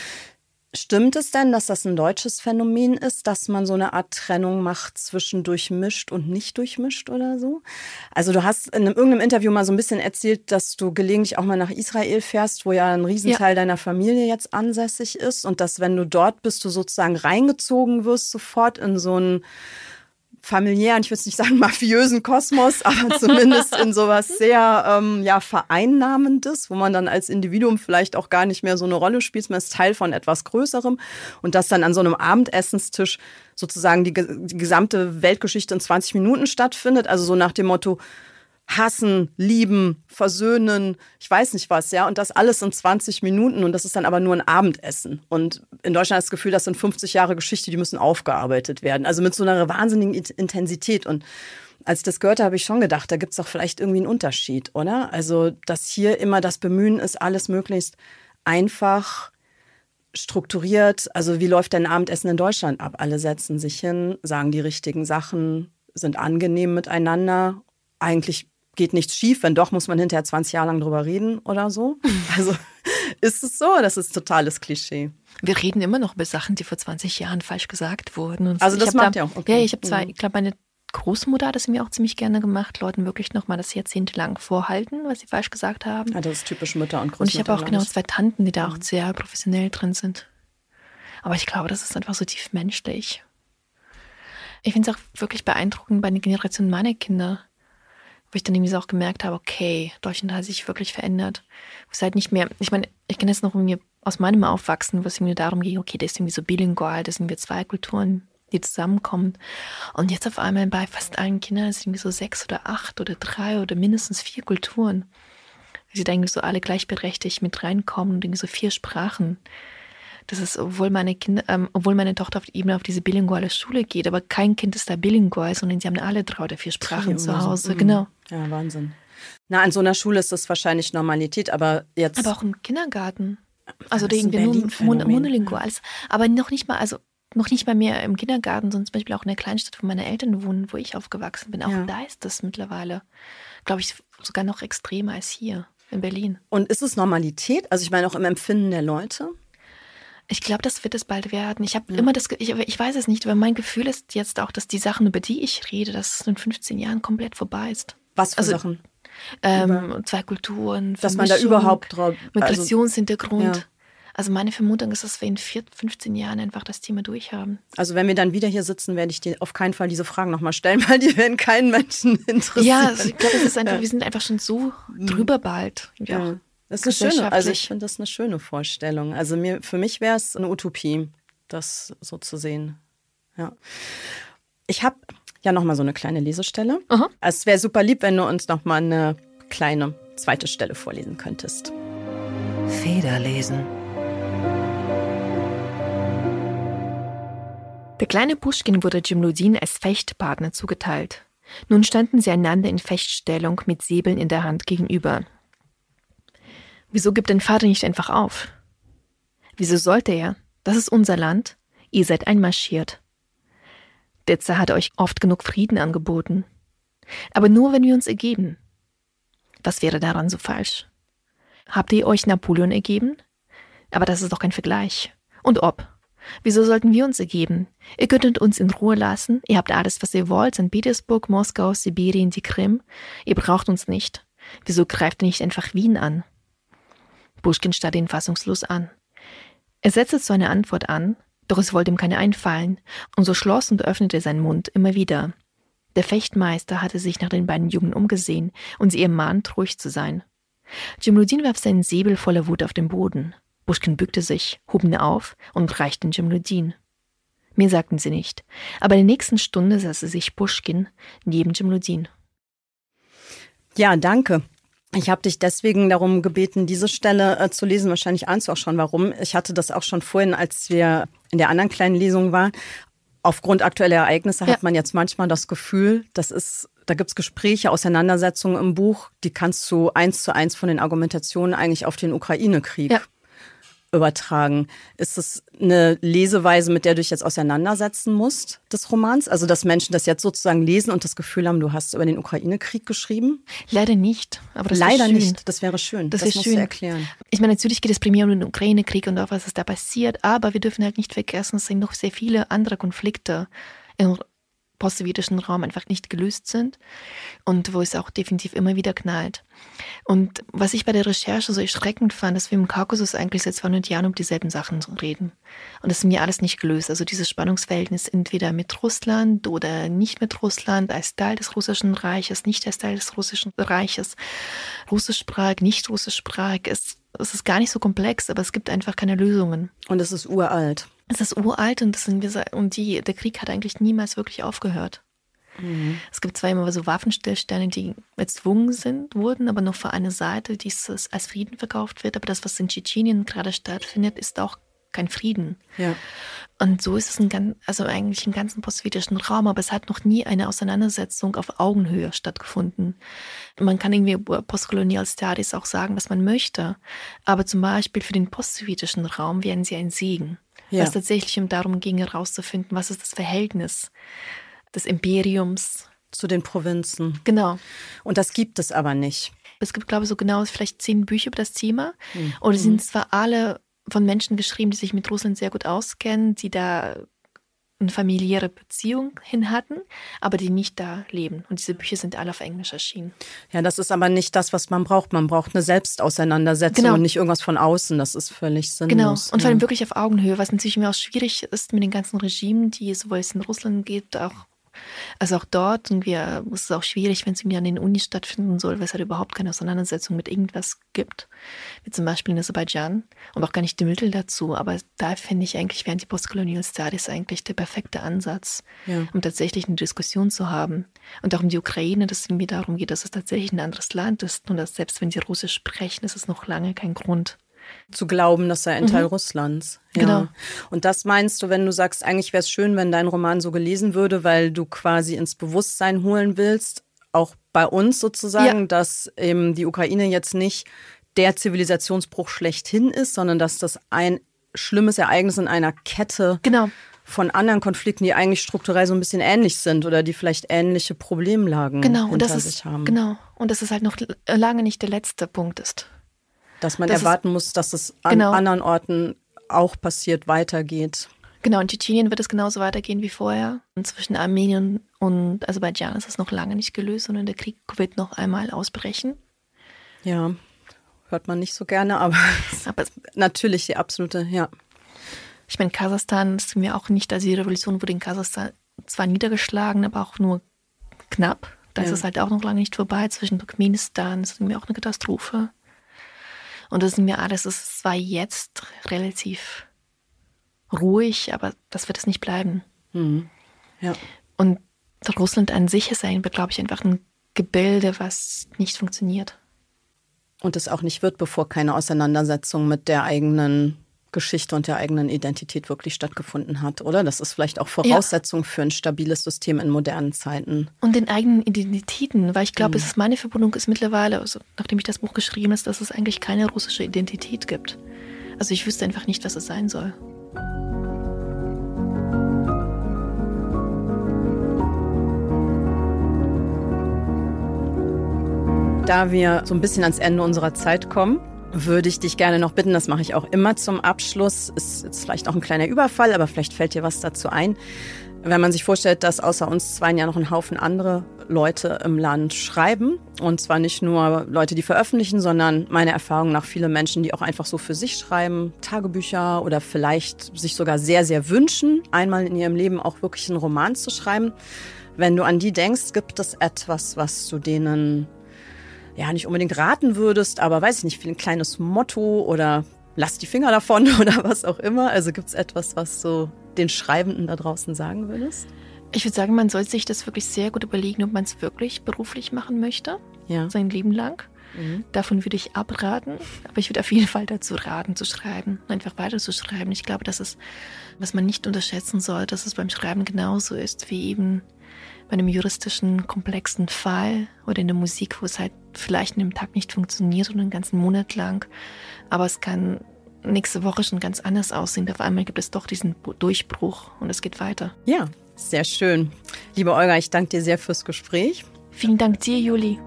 Stimmt es denn, dass das ein deutsches Phänomen ist, dass man so eine Art Trennung macht zwischen durchmischt und nicht durchmischt oder so? Also du hast in irgendeinem Interview mal so ein bisschen erzählt, dass du gelegentlich auch mal nach Israel fährst, wo ja ein Riesenteil deiner Familie jetzt ansässig ist und dass, wenn du dort bist, du sozusagen reingezogen wirst sofort in so einen familiären, ich würde nicht sagen mafiösen Kosmos, aber zumindest in sowas sehr Vereinnahmendes, wo man dann als Individuum vielleicht auch gar nicht mehr so eine Rolle spielt, man ist Teil von etwas Größerem und dass dann an so einem Abendessenstisch sozusagen die gesamte Weltgeschichte in 20 Minuten stattfindet, also so nach dem Motto hassen, lieben, versöhnen, ich weiß nicht was, ja, und das alles in 20 Minuten und das ist dann aber nur ein Abendessen. Und in Deutschland das Gefühl, das sind 50 Jahre Geschichte, die müssen aufgearbeitet werden. Also mit so einer wahnsinnigen Intensität. Und als ich das gehört habe, habe ich schon gedacht, da gibt es doch vielleicht irgendwie einen Unterschied, oder? Also, dass hier immer das Bemühen ist, alles möglichst einfach, strukturiert. Also, wie läuft denn Abendessen in Deutschland ab? Alle setzen sich hin, sagen die richtigen Sachen, sind angenehm miteinander. Eigentlich geht nichts schief, wenn doch, muss man hinterher 20 Jahre lang drüber reden oder so. Also ist es so, das ist totales Klischee. Wir reden immer noch über Sachen, die vor 20 Jahren falsch gesagt wurden. Und also das macht ja auch. Okay. Ja, ich habe zwar, ich glaube, meine Großmutter hat es mir auch ziemlich gerne gemacht, Leuten wirklich nochmal das jahrzehntelang vorhalten, was sie falsch gesagt haben. Ja, das ist typisch Mütter und Großmutter. Und ich habe auch genau 2 Tanten, die da auch sehr professionell drin sind. Aber ich glaube, das ist einfach so tief menschlich. Ich finde es auch wirklich beeindruckend bei den Generationen meiner Kinder, wo ich dann irgendwie so auch gemerkt habe, okay, Deutschland hat sich wirklich verändert. Wo es halt nicht mehr, ich meine, ich kenne das noch irgendwie aus meinem Aufwachsen, wo es irgendwie darum ging, okay, das ist irgendwie so bilingual, das sind wir 2 Kulturen, die zusammenkommen. Und jetzt auf einmal bei fast allen Kindern ist irgendwie so 6 oder 8 oder 3 oder mindestens 4 Kulturen. Sie da irgendwie so alle gleichberechtigt mit reinkommen und irgendwie so 4 Sprachen. Das ist, obwohl meine Tochter eben auf diese bilinguale Schule geht, aber kein Kind ist da bilingual, sondern sie haben alle 3 oder 4 Sprachen zu Hause. So. Genau. Ja, Wahnsinn. Na, an so einer Schule ist das wahrscheinlich Normalität, aber jetzt... Aber auch im Kindergarten. Also da irgendwie nur monolingual. Aber noch nicht mal mehr im Kindergarten, sondern zum Beispiel auch in der Kleinstadt, wo meine Eltern wohnen, wo ich aufgewachsen bin. Auch da ist das mittlerweile, glaube ich, sogar noch extremer als hier in Berlin. Und ist es Normalität? Also ich meine auch im Empfinden der Leute? Ich glaube, das wird es bald werden. Ich habe immer ich weiß es nicht, aber mein Gefühl ist jetzt auch, dass die Sachen, über die ich rede, dass es in 15 Jahren komplett vorbei ist. Was für Sachen? 2 Kulturen, dass man da überhaupt drauf... Migrationshintergrund. Also meine Vermutung ist, dass wir in 15 Jahren einfach das Thema durchhaben. Also wenn wir dann wieder hier sitzen, werde ich dir auf keinen Fall diese Fragen nochmal stellen, weil die werden keinen Menschen interessieren. Ja, also ich glaube, wir sind einfach schon so drüber bald. Ja. Das ist eine schöne, also ich finde das eine schöne Vorstellung. Also für mich wäre es eine Utopie, das so zu sehen. Ja. Ich habe ja nochmal so eine kleine Lesestelle. Also es wäre super lieb, wenn du uns nochmal eine kleine zweite Stelle vorlesen könntest. Federlesen. Der kleine Puschkin wurde Dschemludin als Fechtpartner zugeteilt. Nun standen sie einander in Fechtstellung mit Säbeln in der Hand gegenüber. Wieso gibt dein Vater nicht einfach auf? Wieso sollte er? Das ist unser Land. Ihr seid einmarschiert. Der Zar hat euch oft genug Frieden angeboten. Aber nur, wenn wir uns ergeben. Was wäre daran so falsch? Habt ihr euch Napoleon ergeben? Aber das ist doch kein Vergleich. Und ob? Wieso sollten wir uns ergeben? Ihr könntet uns in Ruhe lassen. Ihr habt alles, was ihr wollt. St. Petersburg, Moskau, Sibirien, die Krim. Ihr braucht uns nicht. Wieso greift ihr nicht einfach Wien an? Puschkin starrte ihn fassungslos an. Er setzte zu einer Antwort an, doch es wollte ihm keine einfallen. Und so schloss und öffnete seinen Mund immer wieder. Der Fechtmeister hatte sich nach den beiden Jungen umgesehen und sie ermahnt, ruhig zu sein. Dschemludin warf seinen Säbel voller Wut auf den Boden. Puschkin bückte sich, hob ihn auf und reichte ihn Dschemludin. Mehr sagten sie nicht, aber in der nächsten Stunde saß sich Puschkin neben Dschemludin. Ja, danke. Ich habe dich deswegen darum gebeten, diese Stelle zu lesen. Wahrscheinlich ahnst du auch schon, warum. Ich hatte das auch schon vorhin, als wir in der anderen kleinen Lesung waren. Aufgrund aktueller Ereignisse hat man jetzt manchmal das Gefühl, da gibt es Gespräche, Auseinandersetzungen im Buch, die kannst du 1:1 von den Argumentationen eigentlich auf den Ukraine-Krieg übertragen. Ist es eine Leseweise, mit der du dich jetzt auseinandersetzen musst, des Romans? Also, dass Menschen das jetzt sozusagen lesen und das Gefühl haben, du hast über den Ukraine-Krieg geschrieben? Leider nicht. Aber das Leider schön. nicht. Das wäre schön. Das musst du erklären. Ich meine, natürlich geht es primär um den Ukraine-Krieg und auch, was ist da passiert. Aber wir dürfen halt nicht vergessen, es sind noch sehr viele andere Konflikte im postsowjetischen Raum einfach nicht gelöst sind und wo es auch definitiv immer wieder knallt. Und was ich bei der Recherche so erschreckend fand, dass wir im Kaukasus eigentlich seit 200 Jahren um dieselben Sachen reden. Und das ist mir alles nicht gelöst. Also dieses Spannungsverhältnis entweder mit Russland oder nicht mit Russland, als Teil des Russischen Reiches, nicht als Teil des Russischen Reiches, russischsprachig, nicht russischsprachig. Es ist gar nicht so komplex, aber es gibt einfach keine Lösungen. Und es ist uralt. Es ist uralt und der Krieg hat eigentlich niemals wirklich aufgehört. Mhm. Es gibt zwar immer so Waffenstillstände, die erzwungen wurden, aber nur für eine Seite, die als Frieden verkauft wird. Aber das, was in Tschetschenien gerade stattfindet, ist auch kein Frieden. Ja. Und so ist es eigentlich im ganzen postsowjetischen Raum, aber es hat noch nie eine Auseinandersetzung auf Augenhöhe stattgefunden. Man kann irgendwie über Postcolonial Studies auch sagen, was man möchte, aber zum Beispiel für den postsowjetischen Raum wären sie ein Segen. Ja. Was tatsächlich darum ging, herauszufinden, was ist das Verhältnis des Imperiums zu den Provinzen. Genau. Und das gibt es aber nicht. Es gibt, glaube ich, so genau vielleicht 10 Bücher über das Thema. Und die sind zwar alle von Menschen geschrieben, die sich mit Russland sehr gut auskennen, die da eine familiäre Beziehung hin hatten, aber die nicht da leben. Und diese Bücher sind alle auf Englisch erschienen. Ja, das ist aber nicht das, was man braucht. Man braucht eine Selbstauseinandersetzung und nicht irgendwas von außen. Das ist völlig sinnlos. Genau, und vor allem wirklich auf Augenhöhe, was natürlich mir auch schwierig ist mit den ganzen Regimen, die sowohl es in Russland gibt, auch dort. Und es ist auch schwierig, wenn es irgendwie an den Unis stattfinden soll, weil es halt überhaupt keine Auseinandersetzung mit irgendwas gibt. Wie zum Beispiel in Aserbaidschan. Und auch gar nicht die Mittel dazu. Aber da finde ich eigentlich, wären die Postcolonial Studies eigentlich der perfekte Ansatz, um tatsächlich eine Diskussion zu haben. Und auch um die Ukraine, dass es irgendwie darum geht, dass es tatsächlich ein anderes Land ist. Und dass selbst wenn sie Russisch sprechen, ist es noch lange kein Grund zu glauben, das sei ein Teil Russlands. Ja. Genau. Und das meinst du, wenn du sagst, eigentlich wäre es schön, wenn dein Roman so gelesen würde, weil du quasi ins Bewusstsein holen willst, auch bei uns sozusagen, dass eben die Ukraine jetzt nicht der Zivilisationsbruch schlechthin ist, sondern dass das ein schlimmes Ereignis in einer Kette von anderen Konflikten, die eigentlich strukturell so ein bisschen ähnlich sind oder die vielleicht ähnliche Problemlagen hinter sich haben. Genau, und dass es halt noch lange nicht der letzte Punkt ist. Dass man erwarten muss, dass es an anderen Orten auch passiert, weitergeht. Genau, in Tschetschenien wird es genauso weitergehen wie vorher. Und zwischen Armenien und Aserbaidschan ist es noch lange nicht gelöst, sondern der Krieg wird noch einmal ausbrechen. Ja, hört man nicht so gerne, aber natürlich die absolute, Ich meine, Kasachstan ist mir auch nicht, also die Revolution wurde in Kasachstan zwar niedergeschlagen, aber auch nur knapp. Da ist es halt auch noch lange nicht vorbei. Zwischen Turkmenistan ist mir auch eine Katastrophe. Und das ist mir alles, es ist zwar jetzt relativ ruhig, aber das wird es nicht bleiben. Mhm. Ja. Und Russland an sich ist, glaube ich, einfach ein Gebilde, was nicht funktioniert. Und es auch nicht wird, bevor keine Auseinandersetzung mit der eigenen Geschichte und der eigenen Identität wirklich stattgefunden hat, oder? Das ist vielleicht auch Voraussetzung für ein stabiles System in modernen Zeiten. Und den eigenen Identitäten, weil ich glaube, meine Verbindung ist mittlerweile, also nachdem ich das Buch geschrieben habe, dass es eigentlich keine russische Identität gibt. Also ich wüsste einfach nicht, was es sein soll. Da wir so ein bisschen ans Ende unserer Zeit kommen, würde ich dich gerne noch bitten, das mache ich auch immer zum Abschluss, ist jetzt vielleicht auch ein kleiner Überfall, aber vielleicht fällt dir was dazu ein. Wenn man sich vorstellt, dass außer uns zweien ja noch ein Haufen andere Leute im Land schreiben, und zwar nicht nur Leute, die veröffentlichen, sondern meiner Erfahrung nach viele Menschen, die auch einfach so für sich schreiben, Tagebücher oder vielleicht sich sogar sehr, sehr wünschen, einmal in ihrem Leben auch wirklich einen Roman zu schreiben. Wenn du an die denkst, gibt es etwas, was du denen ja nicht unbedingt raten würdest, aber weiß ich nicht, ein kleines Motto oder lass die Finger davon oder was auch immer? Also gibt es etwas, was du den Schreibenden da draußen sagen würdest? Ich würde sagen, man sollte sich das wirklich sehr gut überlegen, ob man es wirklich beruflich machen möchte, sein Leben lang. Davon würde ich abraten, aber ich würde auf jeden Fall dazu raten, zu schreiben, einfach weiter zu schreiben. Ich glaube, das ist, was man nicht unterschätzen soll, dass es beim Schreiben genauso ist wie eben bei einem juristischen, komplexen Fall oder in der Musik, wo es halt vielleicht an einem Tag nicht funktioniert oder einen ganzen Monat lang. Aber es kann nächste Woche schon ganz anders aussehen. Auf einmal gibt es doch diesen Durchbruch und es geht weiter. Ja, sehr schön. Liebe Olga, ich danke dir sehr fürs Gespräch. Vielen Dank dir, Juli.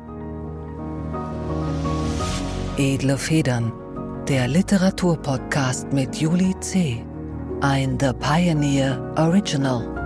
Edle Federn, der Literaturpodcast mit Juli C. Ein The Pioneer Original.